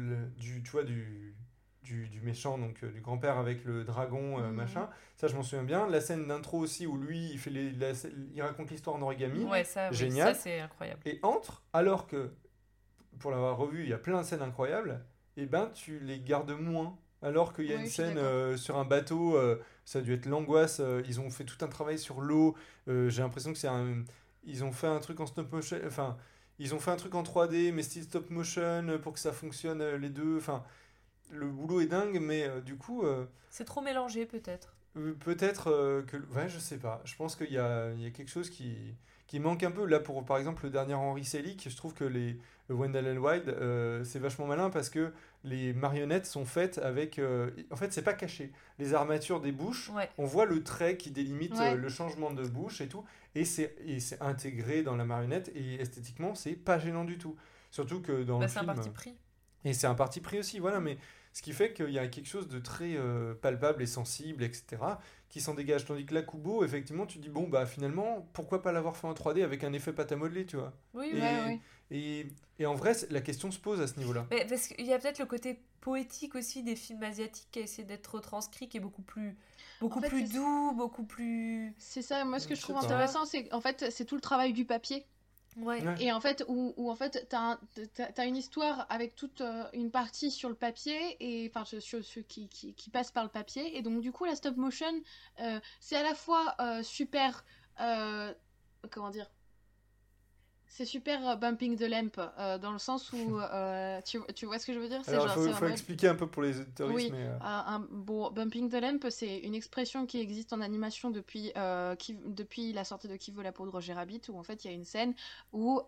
du méchant, donc du grand-père avec le dragon, machin. Ça, je m'en souviens bien. La scène d'intro aussi, où lui, il raconte l'histoire en origami. Ouais, ça, génial. Ça, c'est incroyable. Et alors que, pour l'avoir revu, il y a plein de scènes incroyables, et ben, tu les gardes moins. Alors qu'il y a une scène sur un bateau, ça a dû être l'angoisse. Ils ont fait tout un travail sur l'eau. J'ai l'impression que ils ont fait un truc en stop motion. Enfin, ils ont fait un truc en 3D, mais style stop motion pour que ça fonctionne les deux. Enfin, le boulot est dingue, mais du coup. C'est trop mélangé, peut-être. Peut-être que. Ouais, je sais pas. Je pense qu'il y a quelque chose qui manque un peu. Là, par exemple, le dernier Henry Selick, je trouve que le Wendell and Wild, c'est vachement malin parce que les marionnettes sont faites avec. En fait, c'est pas caché. Les armatures des bouches, on voit le trait qui délimite le changement de bouche et tout. Et c'est intégré dans la marionnette. Et esthétiquement, c'est pas gênant du tout. Surtout que dans le film. C'est un parti pris. Et c'est un parti pris aussi, voilà. Mais Ce qui fait qu'il y a quelque chose de très palpable et sensible, etc., qui s'en dégage. Tandis que là, Kubo, effectivement, tu dis, bon, bah finalement, pourquoi pas l'avoir fait en 3D avec un effet pâte à modeler, tu vois. Oui, Et en vrai, la question se pose à ce niveau-là. Mais parce qu'il y a peut-être le côté poétique aussi des films asiatiques qui a essayé d'être retranscrit, qui est beaucoup plus doux, beaucoup plus... C'est ça, moi ce que je trouve intéressant, c'est en fait, c'est tout le travail du papier. Ouais. Et en fait, où en fait, t'as une histoire avec toute une partie sur le papier, et enfin, qui passe par le papier. Et donc, du coup, la stop motion, c'est à la fois super... comment dire ? C'est super bumping the lamp, dans le sens où tu vois ce que je veux dire. Alors, il faut expliquer un peu pour les auditeurs. Oui, bon, bumping the lamp, c'est une expression qui existe en animation depuis la sortie de Qui veut la peau de Roger Rabbit, où en fait il y a une scène où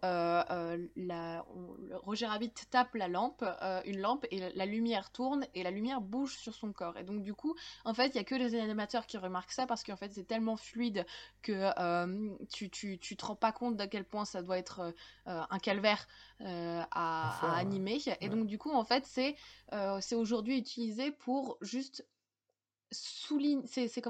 Roger Rabbit tape la lampe, une lampe, et la lumière tourne et la lumière bouge sur son corps. Et donc du coup, en fait, il y a que les animateurs qui remarquent ça, parce qu'en fait c'est tellement fluide que tu te rends pas compte d'à quel point ça doit être un calvaire à animer. Et donc du coup, en fait, c'est aujourd'hui utilisé pour juste souligner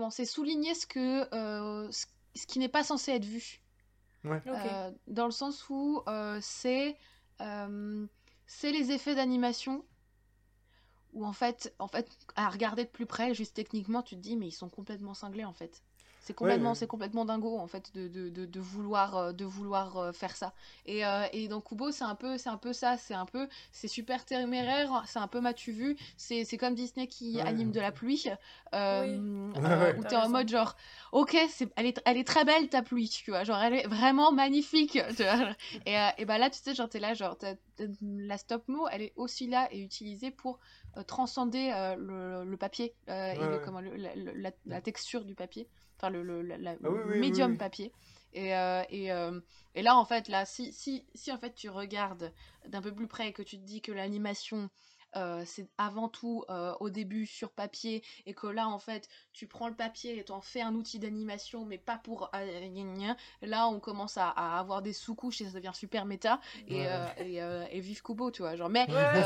ce qui n'est pas censé être vu. Ouais. Dans le sens où c'est les effets d'animation où en fait à regarder de plus près, juste techniquement, tu te dis mais ils sont complètement cinglés en fait. C'est complètement dingo en fait de vouloir faire ça. Et dans Kubo, c'est un peu ça, c'est super téméraire, c'est un peu m'as-tu vu, c'est comme Disney qui anime de la pluie, où t'es en mode genre ok, elle est très belle ta pluie, tu vois, genre elle est vraiment magnifique, tu vois. Et bah là tu sais, genre t'es là, genre la stop mo, elle est aussi là et utilisée pour transcender le papier et la texture du papier, enfin le médium papier. Et là en fait si en fait tu regardes d'un peu plus près et que tu te dis que l'animation c'est avant tout au début sur papier, et que là en fait tu prends le papier et t'en fais un outil d'animation, mais pas pour là on commence à avoir des sous-couches et ça devient super méta. Et vive Kubo, tu vois, genre. Mais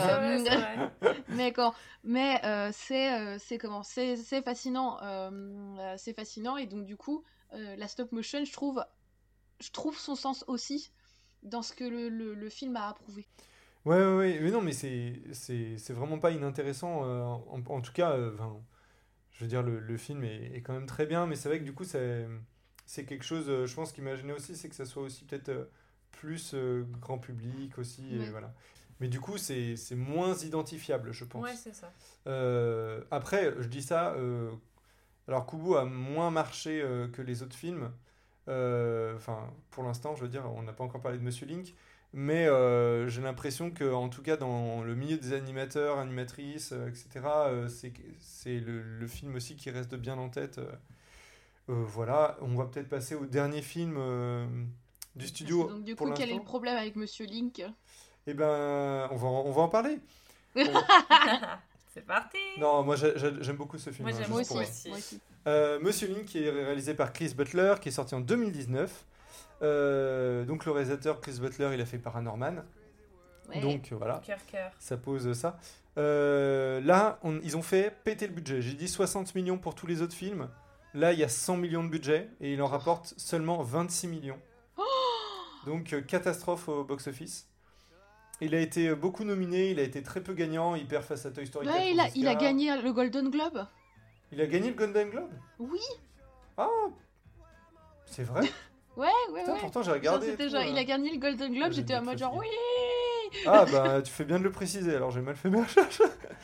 c'est fascinant, c'est fascinant. Et donc du coup la stop motion, je trouve son sens aussi dans ce que le film a approuvé. Ouais, mais non, mais c'est vraiment pas inintéressant. En tout cas, je veux dire, le film est quand même très bien, mais c'est vrai que du coup, c'est quelque chose, je pense, qui m'a gêné aussi, c'est que ça soit aussi peut-être plus grand public aussi, et voilà. Mais du coup, c'est moins identifiable, je pense. Ouais, c'est ça. Après, je dis ça, alors Kubo a moins marché que les autres films. Enfin, pour l'instant, je veux dire, on n'a pas encore parlé de Monsieur Link. Mais j'ai l'impression que, en tout cas, dans le milieu des animateurs, animatrices, etc., c'est le film aussi qui reste bien en tête. Voilà, on va peut-être passer au dernier film du studio. Donc, du coup, quel est le problème avec Monsieur Link ? Eh ben, on va en parler. C'est parti. Non, moi j'aime beaucoup ce film. Moi aussi. Monsieur Link, qui est réalisé par Chris Butler, qui est sorti en 2019. Donc le réalisateur Chris Butler, il a fait Paranorman. Ouais. Donc voilà, Cœur. ça pose ça. Là, ils ont fait péter le budget. J'ai dit 60 millions pour tous les autres films. Là, il y a 100 millions de budget et il en rapporte seulement 26 millions. Donc catastrophe au box-office. Il a été beaucoup nominé, il a été très peu gagnant. Il perd face à Toy Story 4. Il a gagné le Golden Globe. Il a gagné le Golden Globe ? Oui. Ah, c'est vrai ? Ouais. Pourtant, j'ai regardé. Il a gagné le Golden Globe, j'étais en mode genre oui. Ah bah tu fais bien de le préciser, alors j'ai mal fait mes recherches.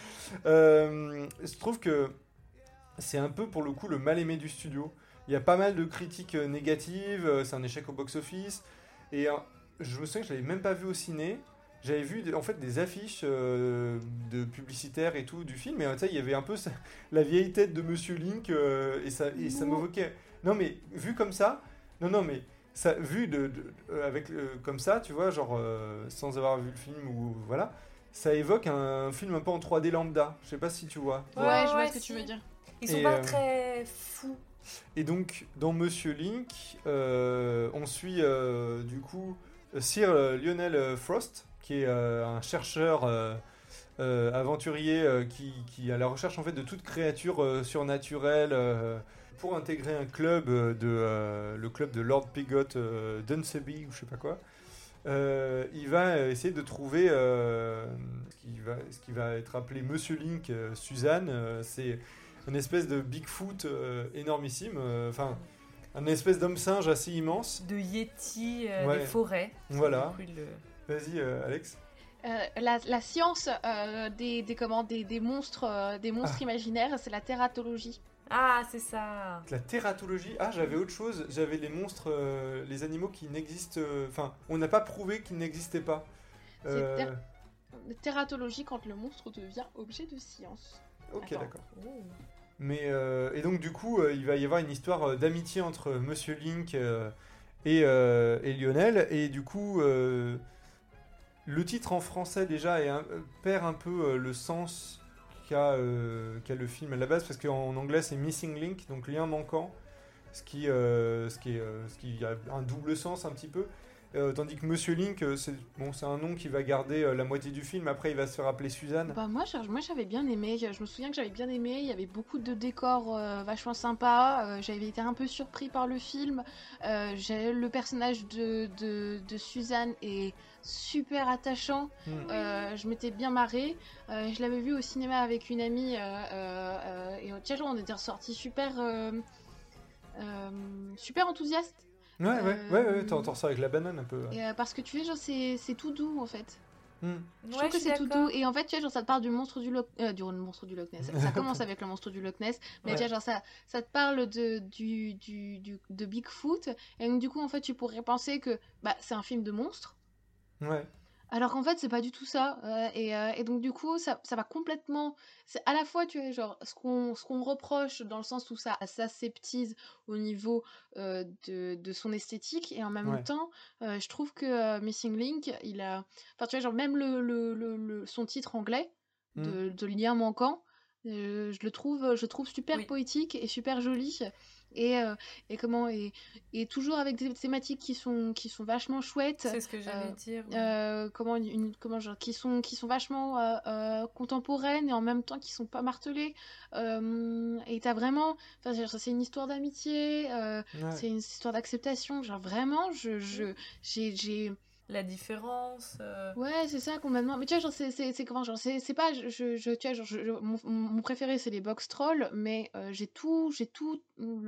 Je trouve que c'est un peu pour le coup le mal aimé du studio. Il y a pas mal de critiques négatives, c'est un échec au box-office. Et je me souviens que je l'avais même pas vu au ciné. J'avais vu en fait des affiches de publicitaires et tout du film, et tu sais, il y avait un peu la vieille tête de Monsieur Link et ça m'évoquait. Non mais vu comme ça, non mais ça vu avec comme ça, tu vois, genre sans avoir vu le film ou voilà, ça évoque un film un peu en 3D lambda. Je sais pas si tu vois. Ouais, je vois ce que tu veux dire. Ils sont pas très fous. Et donc dans Monsieur Link, on suit du coup Sir Lionel Frost, qui est un chercheur aventurier qui est à la recherche en fait de toute créature surnaturelle pour intégrer un club le club de Lord Pigot Dunseby ou je sais pas quoi. Il va essayer de trouver ce qui va être appelé Monsieur Link, Suzanne. C'est une espèce de Bigfoot énormissime, enfin un espèce d'homme singe assez immense. De Yeti Ouais. des forêts. Voilà. Vas-y, Alex. La science des monstres imaginaires, c'est la tératologie. Ah, c'est ça. La tératologie. Ah, j'avais autre chose. J'avais les monstres, les animaux qui n'existent. Enfin, on n'a pas prouvé qu'ils n'existaient pas. C'est tératologie quand le monstre devient objet de science. Ok, Attends. d'accord. Mais et donc du coup, il va y avoir une histoire d'amitié entre Monsieur Link et Lionel. Et du coup, le titre en français déjà perd un peu le sens qu'a le film à la base, parce qu'en anglais c'est Missing Link, donc lien manquant, ce qui a un double sens un petit peu. Tandis que Monsieur Link, c'est un nom qui va garder la moitié du film. Après, il va se faire appeler Suzanne. Bah moi j'avais bien aimé, je me souviens que j'avais bien aimé, il y avait beaucoup de décors vachement sympas, j'avais été un peu surpris par le film, le personnage de Suzanne est super attachant, je m'étais bien marrée, je l'avais vu au cinéma avec une amie et tiens, on était ressortis super enthousiastes. Ouais, t'en ressors avec la banane un peu. Et, parce que tu sais, genre c'est tout doux en fait. Je Ouais, trouve que je suis c'est tout d'accord. doux. Et en fait, tu vois, genre, ça te parle du monstre du Loch Ness. Ça commence avec le monstre du Loch Ness. Mais Ouais. tu vois, genre, ça te parle de Bigfoot. Et donc, du coup, en fait, tu pourrais penser que bah, c'est un film de monstre. Ouais. Alors qu'en fait, c'est pas du tout ça. Et donc, du coup, ça va complètement. C'est à la fois, tu vois, genre, ce qu'on reproche dans le sens où ça s'aseptise au niveau de son esthétique. Et en même temps, je trouve que Missing Link, il a. Enfin, tu vois, genre, même son titre anglais, de lien manquant, je le trouve super poétique et super joli. Et toujours avec des thématiques qui sont vachement chouettes. C'est ce que j'allais dire. Ouais. Qui sont vachement contemporaines et en même temps qui sont pas martelées. Et t'as vraiment, c'est une histoire d'amitié, c'est une histoire d'acceptation. Genre vraiment, j'ai La différence. Ouais, c'est ça complètement. Mais tu vois, genre, c'est comment, genre, c'est pas, tu vois, genre, mon préféré, c'est les box trolls, mais j'ai toute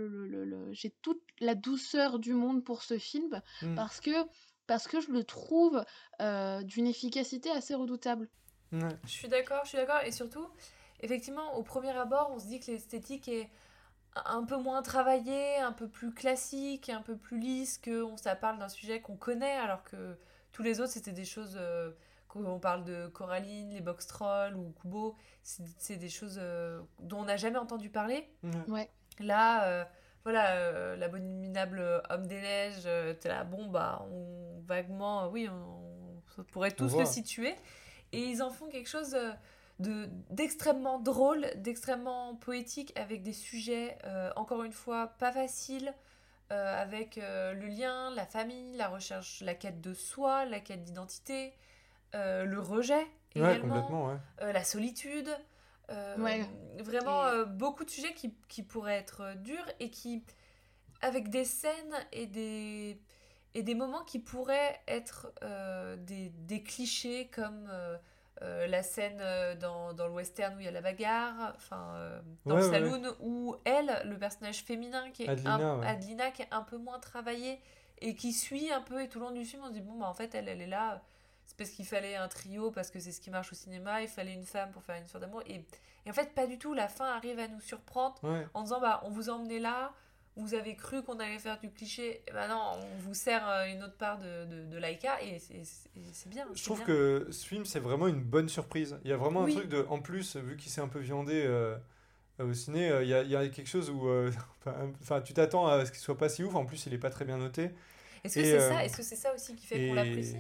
la douceur du monde pour ce film parce que je le trouve d'une efficacité assez redoutable. Je suis d'accord. Et surtout, effectivement, au premier abord, on se dit que l'esthétique est un peu moins travaillée, un peu plus classique, un peu plus lisse, ça parle d'un sujet qu'on connaît, alors que tous les autres, c'était des choses. Quand on parle de Coraline, les box trolls ou Kubo, c'est des choses dont on n'a jamais entendu parler. Ouais. Là, voilà, l'abominable homme des neiges, t'es là, bon, bah, vaguement, oui, on pourrait tous le situer. Et ils en font quelque chose d'extrêmement drôle, d'extrêmement poétique, avec des sujets, encore une fois, pas faciles, avec le lien, la famille, la recherche, la quête de soi, la quête d'identité, le rejet également, complètement, la solitude. Vraiment beaucoup de sujets qui pourraient être durs et qui, avec des scènes et des moments qui pourraient être des clichés comme la scène dans le western où il y a la bagarre, dans le saloon où le personnage féminin qui est Adelina, qui est un peu moins travaillé et qui suit un peu, et tout le long du film on se dit bon bah en fait elle est là, c'est parce qu'il fallait un trio, parce que c'est ce qui marche au cinéma, il fallait une femme pour faire une histoire d'amour, et en fait pas du tout. La fin arrive à nous surprendre en disant bah on vous a emmené là, vous avez cru qu'on allait faire du cliché, et bah non, on vous sert une autre part de Laika, et c'est bien. Je trouve que ce film, c'est vraiment une bonne surprise. Il y a vraiment un truc en plus, vu qu'il s'est un peu viandé au ciné, il y a quelque chose où tu t'attends à ce qu'il soit pas si ouf. En plus, il est pas très bien noté. Est-ce que c'est ça aussi qui fait qu'on l'apprécie ?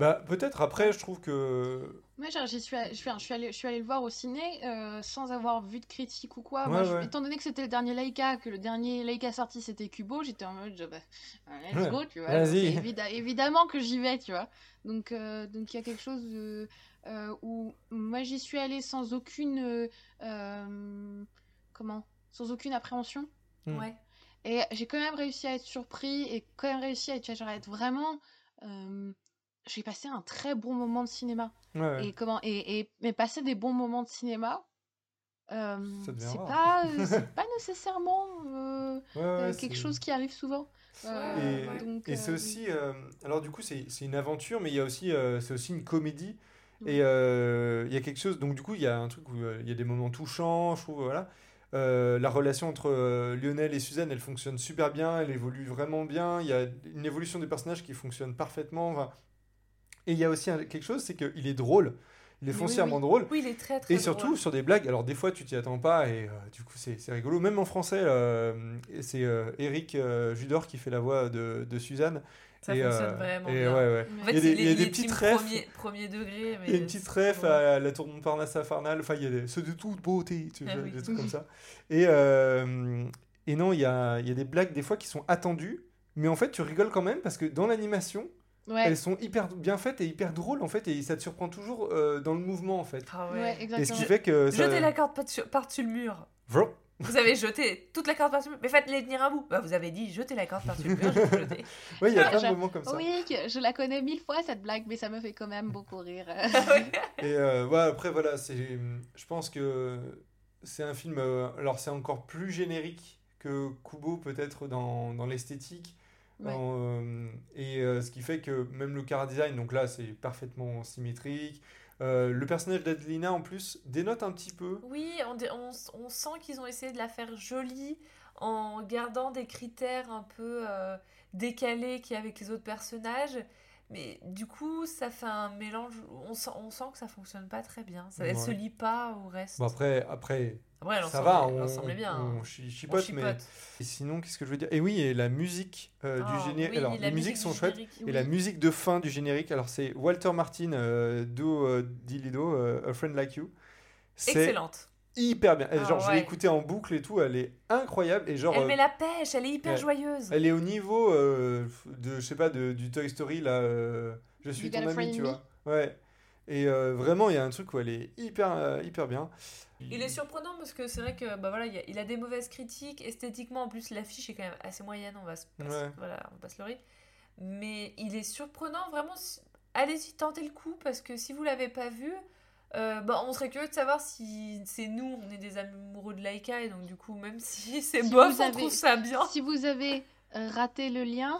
Bah, peut-être après, je trouve que. Moi, genre, je suis allée le voir au ciné sans avoir vu de critique ou quoi. Ouais, Moi, ouais. étant donné que c'était le dernier Laika, que le dernier Laika sorti c'était Kubo, j'étais en mode, let's go, tu vois. Donc, Vas-y. évidemment que j'y vais, tu vois. Donc, il y a quelque chose où moi j'y suis allée sans aucune. Sans aucune appréhension. Ouais. Et j'ai quand même réussi à être surpris et quand même réussi à être vraiment. J'ai passé un très bon moment de cinéma. Ouais. Mais passer des bons moments de cinéma, Ça devient c'est rare. pas nécessairement quelque chose qui arrive souvent. Et c'est aussi. Alors, du coup, c'est une aventure, mais il y a aussi, c'est aussi une comédie. Et il y a quelque chose. Donc, du coup, il y a un truc où il y a des moments touchants, je trouve. Voilà. La relation entre Lionel et Suzanne, elle fonctionne super bien, elle évolue vraiment bien. Il y a une évolution des personnages qui fonctionne parfaitement. Enfin, et il y a aussi quelque chose, c'est qu'il est drôle. Il est foncièrement drôle. Oui, il est très très Et surtout drôle. sur des blagues. Alors des fois tu t'y attends pas et du coup c'est rigolo. Même en français, c'est Eric Judor qui fait la voix de Suzanne. Ça fonctionne vraiment et bien. Ouais. En fait, il y a des petites refs. Premier degré. Mais Il y a une petite ref à la tour Montparnasse infernale. Enfin, il y a c'est de toute beauté, tu vois, des trucs comme ça. Et non, il y a des blagues des fois qui sont attendues, mais en fait tu rigoles quand même parce que dans l'animation, elles sont hyper bien faites et hyper drôles en fait, et ça te surprend toujours dans le mouvement en fait. Ah ouais. Exactement. Et ce qui fait que Jetez la corde par-dessus le mur. Vous avez jeté toute la corde par-dessus le mur. Mais faites-les tenir à bout. Bah, vous avez dit jetez la corde par-dessus le mur, je vais jeter. Oui, il y a plein de moments comme ça. Oui, je la connais 1000 fois cette blague, mais ça me fait quand même beaucoup rire. Et après, voilà, je pense que c'est un film. Alors, c'est encore plus générique que Kubo, peut-être, dans l'esthétique. Ouais. Ce qui fait que même le car design, donc là, c'est parfaitement symétrique. Le personnage d'Adelina, en plus, dénote un petit peu. Oui, on sent qu'ils ont essayé de la faire jolie en gardant des critères un peu décalés qu'il y a avec les autres personnages. Mais du coup, ça fait un mélange. On sent que ça fonctionne pas très bien. Elle se lie pas au reste. Bon, après ça va, va, l'ensemble est bien. On chipote, mais. Et sinon, qu'est-ce que je veux dire? Et oui, et la musique du générique. Alors, les musiques sont chouettes. Et la musique de fin du générique, alors c'est Walter Martin, Do Di Lido, A Friend Like You. C'est excellente. Hyper bien. Je l'ai écoutée en boucle et tout, elle est incroyable. Et elle met la pêche, elle est hyper joyeuse. Elle est au niveau je sais pas, du Toy Story, là. Je suis ton ami, tu vois. Ouais. Et vraiment, il y a un truc où elle est hyper bien. Il est surprenant parce que c'est vrai que il a des mauvaises critiques. Esthétiquement, en plus, l'affiche est quand même assez moyenne, on va pas se leurrer. Mais il est surprenant, vraiment. Allez-y, tentez le coup parce que si vous l'avez pas vu, on serait curieux de savoir si c'est nous, on est des amoureux de Laika, et donc du coup, même si c'est bof, on trouve ça bien. Si vous avez raté le lien.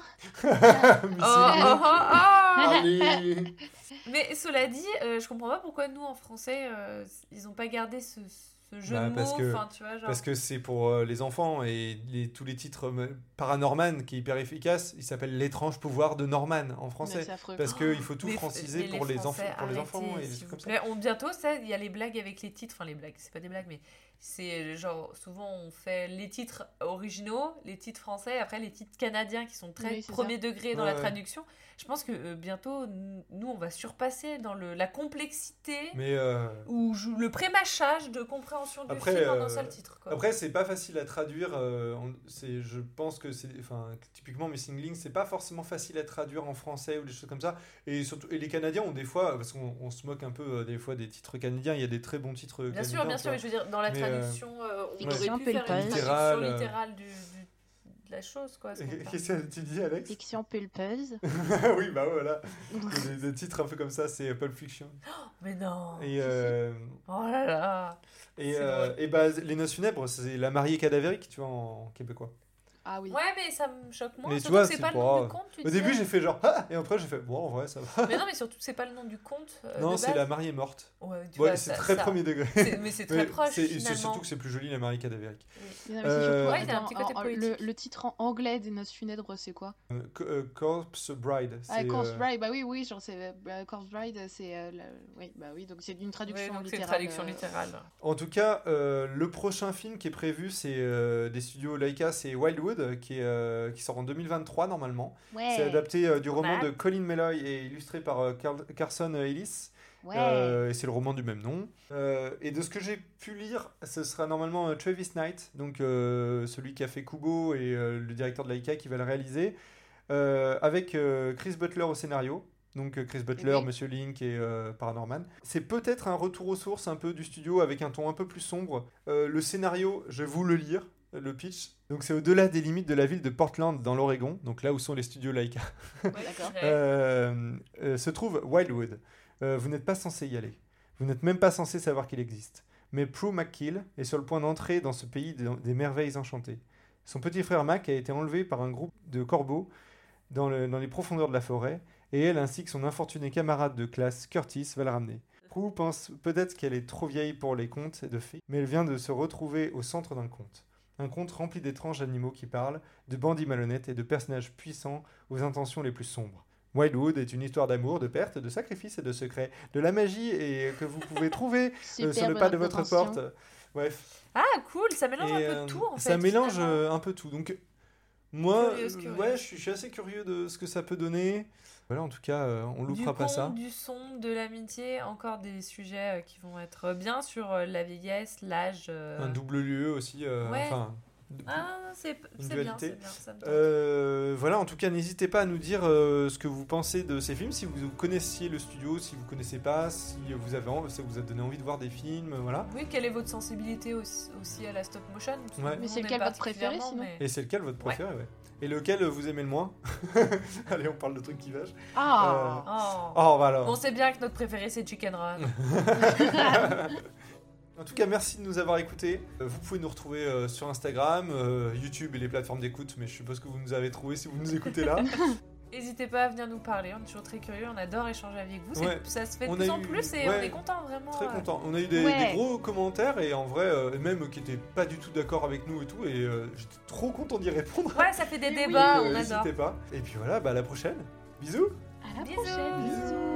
Allez. Mais cela dit, je comprends pas pourquoi nous en français ils ont pas gardé ce jeu de mots. Parce que c'est pour les enfants et tous les titres Paranorman qui est hyper efficace, il s'appelle L'étrange pouvoir de Norman en français. Parce qu'il faut tout franciser pour les enfants et des trucs comme ça. Bientôt, il y a les blagues avec les titres, enfin les blagues, c'est pas des blagues, mais c'est genre souvent on fait les titres originaux, les titres français, après les titres canadiens qui sont très premier degré dans la traduction. Je pense que bientôt, nous, on va surpasser dans la complexité ou le pré-mâchage de compréhension du film en un seul titre. Quoi. Après, c'est pas facile à traduire. Je pense que typiquement Missing Link, c'est pas forcément facile à traduire en français ou des choses comme ça. Et surtout, les Canadiens ont des fois, parce qu'on se moque un peu des fois des titres canadiens, il y a des très bons titres canadiens. Bien sûr, mais je veux dire, dans la traduction, on aurait pu faire une traduction littérale de la chose, quoi. Qu'est-ce que tu dis, Alex? Fiction pulpeuse. Oui, bah voilà. Des titres un peu comme ça, c'est Pulp Fiction. Mais non. Et oh là là. Et Les Noces funèbres, c'est La mariée cadavérique, tu vois, en québécois. Ah oui. Ouais, mais ça me choque moins. Mais surtout tu vois, que c'est pas le nom du conte. Au début, j'ai fait genre ah, et après j'ai fait bon, en vrai, ça va. Mais non, mais surtout, c'est pas le nom du conte. Non, c'est La mariée morte. Ouais, c'est très premier degré. Mais c'est très proche. C'est surtout que c'est plus joli, La mariée cadavérique. Oui. Il y a un petit côté politique. Le titre en anglais des Noces funèbres, c'est quoi? Corpse Bride. Corpse Bride, bah oui, genre c'est Corpse Bride, c'est oui, donc c'est une traduction littérale. C'est une traduction littérale. En tout cas, le prochain film qui est prévu, c'est des studios Laika, c'est Wildwood. Wildwood, qui sort en 2023 normalement. Ouais. C'est adapté du roman Mal. de Colin Meloy et illustré par Carson Ellis. Ouais. Et c'est le roman du même nom. Et de ce que j'ai pu lire, ce sera normalement Travis Knight, donc celui qui a fait Kubo et le directeur de Laika qui va le réaliser, avec Chris Butler au scénario. Donc Chris Butler, Oui. Monsieur Link et Paranorman. C'est peut-être un retour aux sources un peu du studio avec un ton un peu plus sombre. Le scénario, je vais vous le lire, le pitch. Donc c'est au-delà des limites de la ville de Portland dans l'Oregon, donc là où sont les studios Laika. D'accord. Se trouve Wildwood. Vous n'êtes pas censé y aller. Vous n'êtes même pas censé savoir qu'il existe. Mais Prue McKill est sur le point d'entrer dans ce pays des merveilles enchantées. Son petit frère Mac a été enlevé par un groupe de corbeaux dans les profondeurs de la forêt, et elle ainsi que son infortuné camarade de classe Curtis va le ramener. Prue pense peut-être qu'elle est trop vieille pour les contes de fées, mais elle vient de se retrouver au centre d'un conte. Un conte rempli d'étranges animaux qui parlent, de bandits malhonnêtes et de personnages puissants aux intentions les plus sombres. Wildwood est une histoire d'amour, de perte, de sacrifice et de secret, de la magie et que vous pouvez trouver sur le Superbe pas de votre intention. porte. Bref. Ah, cool, ça mélange Et, un peu de tout en fait. ça mélange finalement. un peu tout. Donc, moi, Curieuse. ouais, je suis assez curieux de ce que ça peut donner. Voilà, en tout cas, on Du loupera pas conte, ça. du son, de l'amitié, encore des sujets qui vont être bien sur la vieillesse, l'âge. Un double lieu aussi. Ouais. Enfin, Ah, c'est bien, dualité. c'est bien, ça me tente. voilà, en tout cas, n'hésitez pas à nous dire ce que vous pensez de ces films, si vous connaissiez le studio, si vous connaissez pas, si ça vous a donné envie de voir des films, voilà. Oui, quelle est votre sensibilité aussi à la stop motion? Parce que Ouais. nous, Mais c'est on lequel aime votre préféré, particulièrement, sinon mais- Et c'est lequel votre préféré, ouais. Et lequel vous aimez le moins? Allez, on parle de trucs qui vachent. Ah. Oh. Oh, voilà. On sait bien que notre préféré c'est Chicken Run. En tout cas, merci de nous avoir écoutés. Vous pouvez nous retrouver sur Instagram, YouTube et les plateformes d'écoute, mais je suppose que vous nous avez trouvé si vous nous écoutez là. N'hésitez pas à venir nous parler, on est toujours très curieux, on adore échanger avec vous. Ouais. Ça se fait de On plus a en eu- plus et ouais. on est content vraiment. Très content. On a eu des gros commentaires et en vrai, même qui étaient pas du tout d'accord avec nous et tout, et j'étais trop content d'y répondre. Ouais, ça fait des Oui, débats, Donc, on adore. n'hésitez pas. Et puis voilà, bah, à la prochaine. Bisous. À la Bisous. prochaine. Bisous.